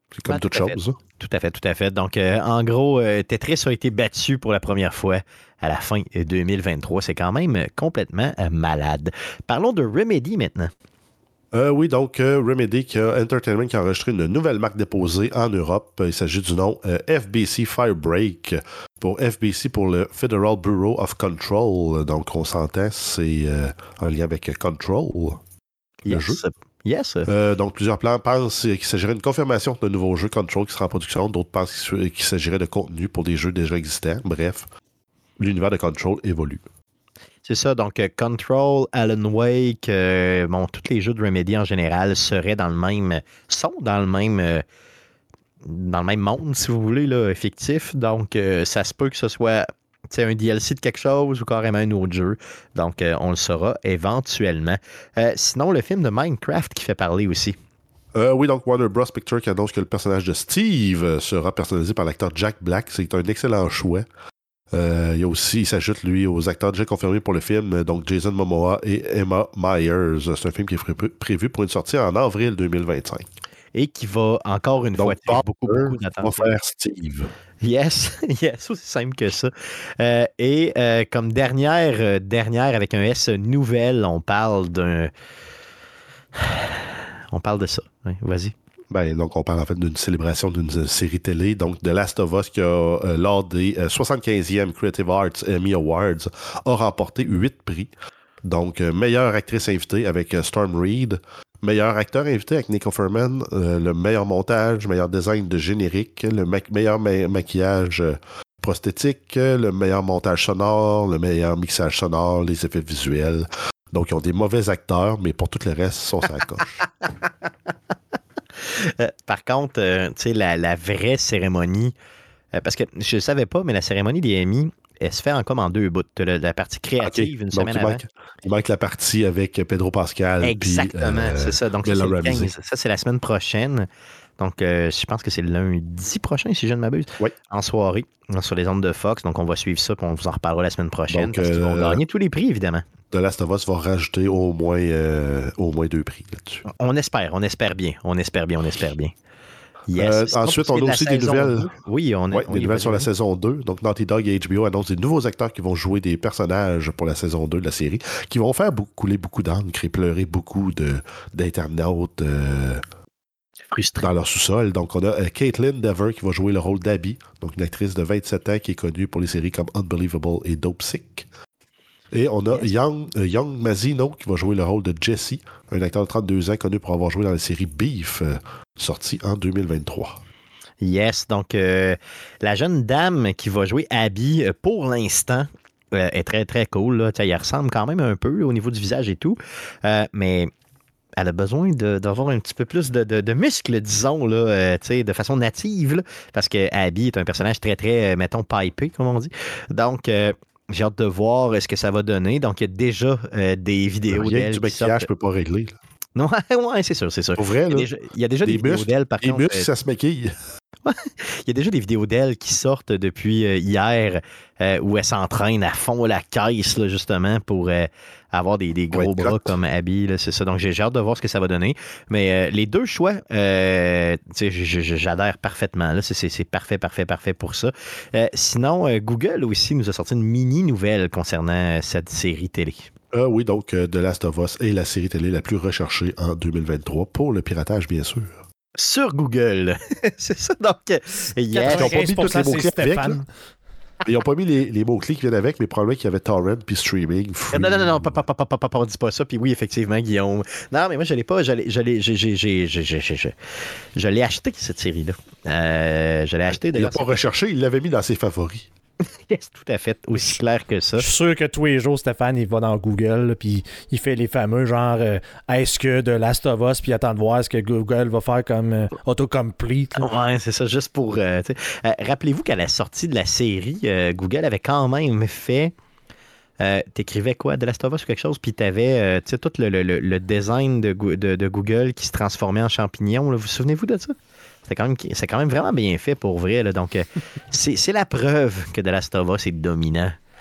C'est comme Ben, toute tout à chose. Hein. Tout à fait, tout à fait. Donc, euh, en gros, euh, Tetris a été battu pour la première fois à la fin deux mille vingt-trois. C'est quand même complètement euh, malade. Parlons de Remedy maintenant. Euh, oui, donc euh, Remedy qui a Entertainment qui a enregistré une nouvelle marque déposée en Europe. Il s'agit du nom euh, F B C Firebreak. Pour F B C, pour le Federal Bureau of Control. Donc, on s'entend, c'est euh, en lien avec Control, le Yes. jeu. Yes. Euh, donc, plusieurs plans pensent qu'il s'agirait d'une confirmation d'un nouveau jeu Control qui sera en production. D'autres pensent qu'il s'agirait de contenu pour des jeux déjà existants. Bref, l'univers de Control évolue. C'est ça, donc euh, Control, Alan Wake, euh, bon, tous les jeux de Remedy en général seraient dans le même, sont dans le même, euh, dans le même monde, si vous voulez, là, fictif. Donc, euh, ça se peut que ce soit un D L C de quelque chose ou carrément un autre jeu. Donc, euh, on le saura éventuellement. Euh, sinon, le film de Minecraft qui fait parler aussi. Euh, oui, donc Warner Bros. Pictures qui annonce que le personnage de Steve sera personnalisé par l'acteur Jack Black. C'est un excellent choix. Euh, il y a aussi, il s'ajoute lui aux acteurs déjà confirmés pour le film, donc Jason Momoa et Emma Myers. C'est un film qui est prévu pour une sortie en avril deux mille vingt-cinq. Et qui va encore une donc, fois beaucoup, beaucoup d'attention. On va faire Steve. Yes, yes, aussi simple que ça. Euh, et euh, comme dernière, euh, dernière avec un S nouvelle, on parle d'un. On parle de ça. Oui, vas-y. Ben, donc, on parle en fait d'une célébration d'une série télé, donc The Last of Us, qui a, euh, lors des euh, soixante-quinzième Creative Arts Emmy Awards, a remporté huit prix. Donc, euh, meilleure actrice invitée avec euh, Storm Reed, meilleur acteur invité avec Nick Offerman, euh, le meilleur montage, meilleur design de générique, le ma- meilleur ma- maquillage euh, prosthétique, le meilleur montage sonore, le meilleur mixage sonore, les effets visuels. Donc, ils ont des mauvais acteurs, mais pour tout le reste, ils sont sur la coche. Euh, par contre, euh, tu sais, la, la vraie cérémonie, euh, parce que je ne savais pas, mais la cérémonie des Emmy, elle se fait en comme en deux bouts. La, la partie créative, okay. une Donc, semaine il avant. Manque, il manque la partie avec Pedro Pascal. Exactement, puis, euh, c'est ça. Donc, ça, c'est le quinze. Ça, c'est la semaine prochaine. Donc, euh, je pense que c'est lundi prochain, si je ne m'abuse, oui. en soirée, sur les ondes de Fox. Donc, on va suivre ça, puis on vous en reparlera la semaine prochaine, Donc, parce qu'ils vont euh, gagner tous les prix, évidemment. The Last of Us va rajouter au moins, euh, au moins deux prix là-dessus. On espère, on espère bien, on espère bien, on espère bien. Yes. Euh, ensuite, on a aussi des nouvelles. deux. Oui, on a ouais, des nouvelles sur la saison deux. Donc, Naughty Dog et H B O annoncent des nouveaux acteurs qui vont jouer des personnages pour la saison deux de la série, qui vont faire beaucoup, couler beaucoup d'encre et pleurer beaucoup de, d'internautes euh, frustrés dans leur sous-sol. Donc, on a euh, Caitlin Dever qui va jouer le rôle d'Abby, donc une actrice de vingt-sept ans qui est connue pour les séries comme Unbelievable et Dope Sick. Et on a yes. Young, euh, Young Mazino qui va jouer le rôle de Jesse, un acteur de trente-deux ans connu pour avoir joué dans la série Beef, euh, sortie en deux mille vingt-trois. Yes, donc euh, la jeune dame qui va jouer Abby, euh, pour l'instant, euh, est très, très cool. Là. Elle ressemble quand même un peu au niveau du visage et tout, euh, mais elle a besoin de, d'avoir un petit peu plus de, de, de muscles, disons, là, euh, de façon native, là, parce que Abby est un personnage très, très, mettons, pipé, comme on dit. Donc... Euh, j'ai hâte de voir ce que ça va donner. Donc, il y a déjà euh, des vidéos Rien d'elle. Du maquillage ne peut pas régler. Là. Non, ouais, c'est sûr, c'est sûr. Pour vrai, là, il, y a déjà, il y a déjà des, des vidéos muscles, d'elle, par des contre. Les muscles, euh, ça se maquille. Il y a déjà des vidéos d'elle qui sortent depuis euh, hier euh, où elle s'entraîne à fond la caisse, là, justement, pour euh, avoir des, des gros ouais, bras comme Abby. Là, c'est ça. Donc, j'ai, j'ai hâte de voir ce que ça va donner. Mais euh, les deux choix, euh, j'adhère parfaitement. Là. C'est, c'est, c'est parfait, parfait, parfait pour ça. Euh, sinon, euh, Google aussi nous a sorti une mini-nouvelle concernant cette série télé. Euh, oui, donc euh, The Last of Us est la série télé la plus recherchée en deux mille vingt-trois pour le piratage, bien sûr. Sur Google. C'est ça, donc... Yes. Ils n'ont pas mis tous les mots-clés avec. Là. Ils n'ont pas mis les, les mots-clés qui viennent avec, mais probablement qu'il y avait torrent puis streaming. Free. Non, non, non, non, pas, pas, pas, pas, pas, pas, dis pas ça. Puis oui, effectivement, Guillaume. Non, mais moi, je l'ai pas. Je l'ai, je l'ai, j'ai, j'ai, j'ai, j'ai, j'ai, j'ai, je l'ai acheté, cette série-là. Euh, je l'ai acheté. Il n'a pas recherché, il l'avait mis dans ses favoris. Yes, tout à fait, aussi clair que ça. Je suis sûr que tous les jours, Stéphane, il va dans Google, puis il fait les fameux genre euh, est-ce que de Last of Us, puis il attend de voir ce que Google va faire comme euh, autocomplete. Là. Ouais, c'est ça, juste pour. Euh, euh, rappelez-vous qu'à la sortie de la série, euh, Google avait quand même fait. Euh, t'écrivais quoi, de Last of Us ou quelque chose, puis t'avais euh, tout le, le, le design de, de, de Google qui se transformait en champignon. Là. Vous souvenez-vous de ça? C'est quand, même, c'est quand même vraiment bien fait pour vrai. Là. Donc, euh, c'est, c'est la preuve que The Last of Us est dominant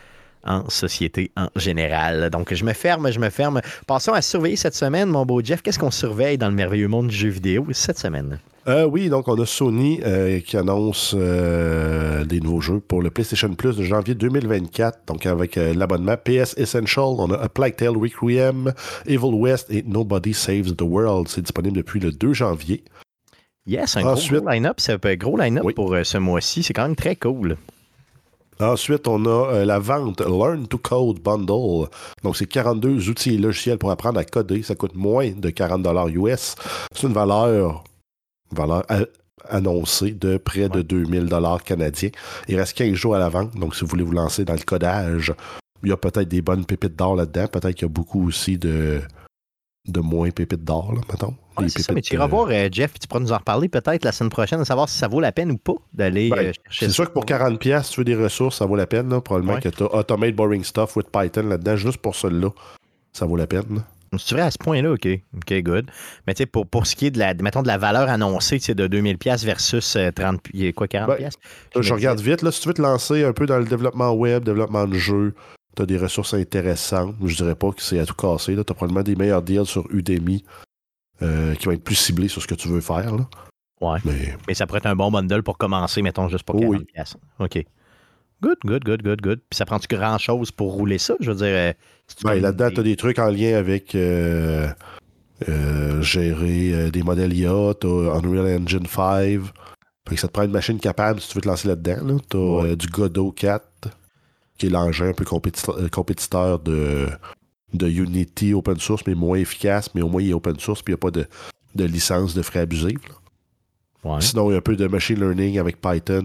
en société en général. Donc, je me ferme, je me ferme. Passons à surveiller cette semaine, mon beau Jeff. Qu'est-ce qu'on surveille dans le merveilleux monde du jeu vidéo cette semaine? Euh, oui, donc on a Sony euh, qui annonce euh, des nouveaux jeux pour le PlayStation Plus de janvier deux mille vingt-quatre. Donc avec euh, l'abonnement P S Essential, on a A Plague Tale Requiem, Evil West et Nobody Saves the World. C'est disponible depuis le deux janvier. Yes, un Ensuite, gros line-up. C'est un gros line-up oui. pour euh, ce mois-ci. C'est quand même très cool. Ensuite, on a euh, la vente Learn to Code Bundle. Donc, c'est quarante-deux outils et logiciels pour apprendre à coder. Ça coûte moins de quarante dollars U S. C'est une valeur, une valeur a- annoncée de près de deux mille dollars canadiens. Il reste quinze jours à la vente. Donc, si vous voulez vous lancer dans le codage, il y a peut-être des bonnes pépites d'or là-dedans. Peut-être qu'il y a beaucoup aussi de, de moins pépites d'or, là, mettons. Ouais, Des c'est ça, mais tu pépites, iras euh, voir, euh, Jeff, tu pourras nous en reparler peut-être la semaine prochaine, de savoir si ça vaut la peine ou pas d'aller Ben, euh, chercher c'est ça. sûr que pour quarante dollars, si tu veux des ressources, ça vaut la peine. Là. Probablement Ouais. que tu as Automate Boring Stuff with Python là-dedans. Juste pour celui-là, ça vaut la peine. Là. C'est vrai à ce point-là, OK. OK, good. Mais tu sais, pour, pour ce qui est de la, mettons, de la valeur annoncée, tu sais, de deux mille dollars versus euh, trente, quoi, quarante dollars? Ben, Je, je regarde vite. Là, si tu veux te lancer un peu dans le développement web, développement de jeu, tu as des ressources intéressantes. Je dirais pas que c'est à tout casser. Tu as probablement des meilleurs deals sur Udemy euh, qui vont être plus ciblés sur ce que tu veux faire. Là. Ouais. Mais Mais ça pourrait être un bon bundle pour commencer, mettons, juste pour Oh quarante oui. dollars. OK. Good, good, good, good, good. Puis ça prend-tu grand-chose pour rouler ça? Je veux dire... euh, c'est-tu ben, comme là-dedans, des- tu as des trucs en lien avec euh, euh, gérer euh, des modèles I A. Tu as Unreal Engine cinq. Fait que ça te prend une machine capable si tu veux te lancer là-dedans. Tu as Ouais. du Godot quatre, qui est l'engin un peu compétiteur, euh, compétiteur de, de Unity open source, mais moins efficace, mais au moins il est open source, puis il n'y a pas de, de licence de frais abusifs. là. Ouais. Sinon, il y a un peu de machine learning avec Python.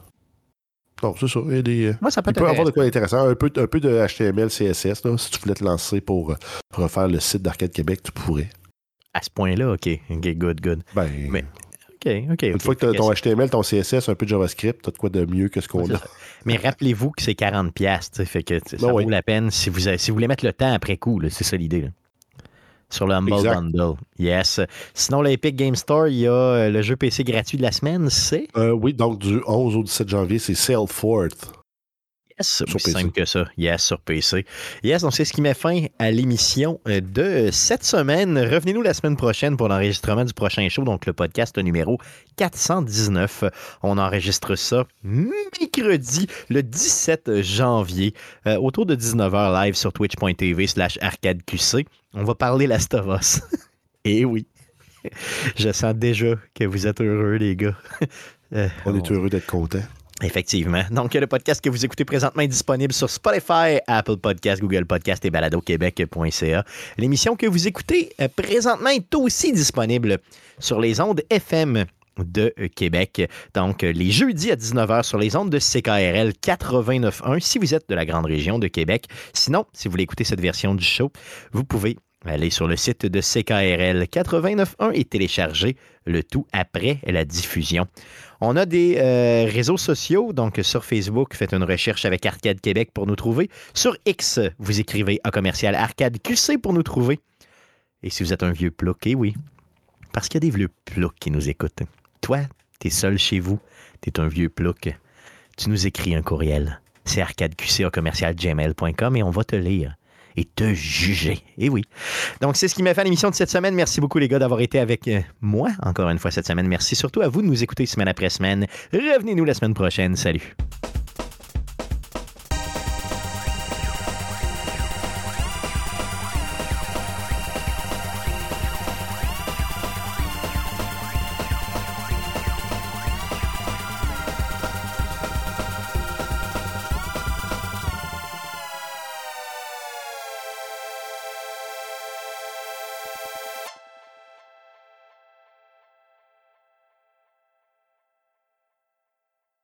Donc, c'est ça. Il y a des, Moi, ça peut il être peut y avoir de intéressant. quoi intéressant. Un peu, un peu de H T M L, C S S. Là, si tu voulais te lancer pour euh, refaire le site d'Arcade Québec, tu pourrais. À ce point-là, OK. OK, good, good. Ben, Mais- OK, OK. une OK. fois que tu as Fait ton que H T M L, ton C S S, un peu de JavaScript, tu as de quoi de mieux que ce qu'on Ouais, a. c'est ça. Mais rappelez-vous que c'est quarante dollars, tu sais, fait que tu sais, ça Ben vaut oui. la peine si vous, avez- si vous voulez mettre le temps après coup, là, c'est ça l'idée. Là. Sur le Humble Exact. Bundle. Yes. Sinon, l'Epic Game Store, il y a euh, le jeu P C gratuit de la semaine, c'est... Euh, oui, donc du onze au dix-sept janvier, c'est Sailforth. Yes, Sur aussi P C. simple que ça. Yes, sur P C. Yes, donc c'est ce qui met fin à l'émission euh, de cette semaine. Revenez-nous la semaine prochaine pour l'enregistrement du prochain show, donc le podcast numéro quatre cent dix-neuf. On enregistre ça mercredi, le dix-sept janvier, euh, autour de dix-neuf heures live sur twitch.tv slash arcadeqc. On va parler Last of Us. Et oui, je sens déjà que vous êtes heureux, les gars. Euh, On est heureux d'être content. Effectivement. Donc, le podcast que vous écoutez présentement est disponible sur Spotify, Apple Podcasts, Google Podcasts et baladoquebec point c a. L'émission que vous écoutez euh, présentement est aussi disponible sur les ondes F M de euh, Québec. Donc, euh, les jeudis à dix-neuf heures sur les ondes de C K R L quatre-vingt-neuf point un si vous êtes de la grande région de Québec. Sinon, si vous voulez écouter cette version du show, vous pouvez aller sur le site de C K R L quatre-vingt-neuf point un et télécharger le tout après la diffusion. On a des euh, réseaux sociaux, donc sur Facebook, faites une recherche avec Arcade Québec pour nous trouver. Sur X, vous écrivez à commercial Arcade Q C pour nous trouver. Et si vous êtes un vieux plouc, eh oui, parce qu'il y a des vieux ploucs qui nous écoutent. Toi, t'es seul chez vous, t'es un vieux plouc, tu nous écris un courriel. C'est arcadeqc à commercial gmail point com et on va te lire et te juger. Et oui. Donc, c'est ce qui m'a fait à l'émission de cette semaine. Merci beaucoup, les gars, d'avoir été avec euh, moi encore une fois cette semaine. Merci surtout à vous de nous écouter semaine après semaine. Revenez-nous la semaine prochaine. Salut.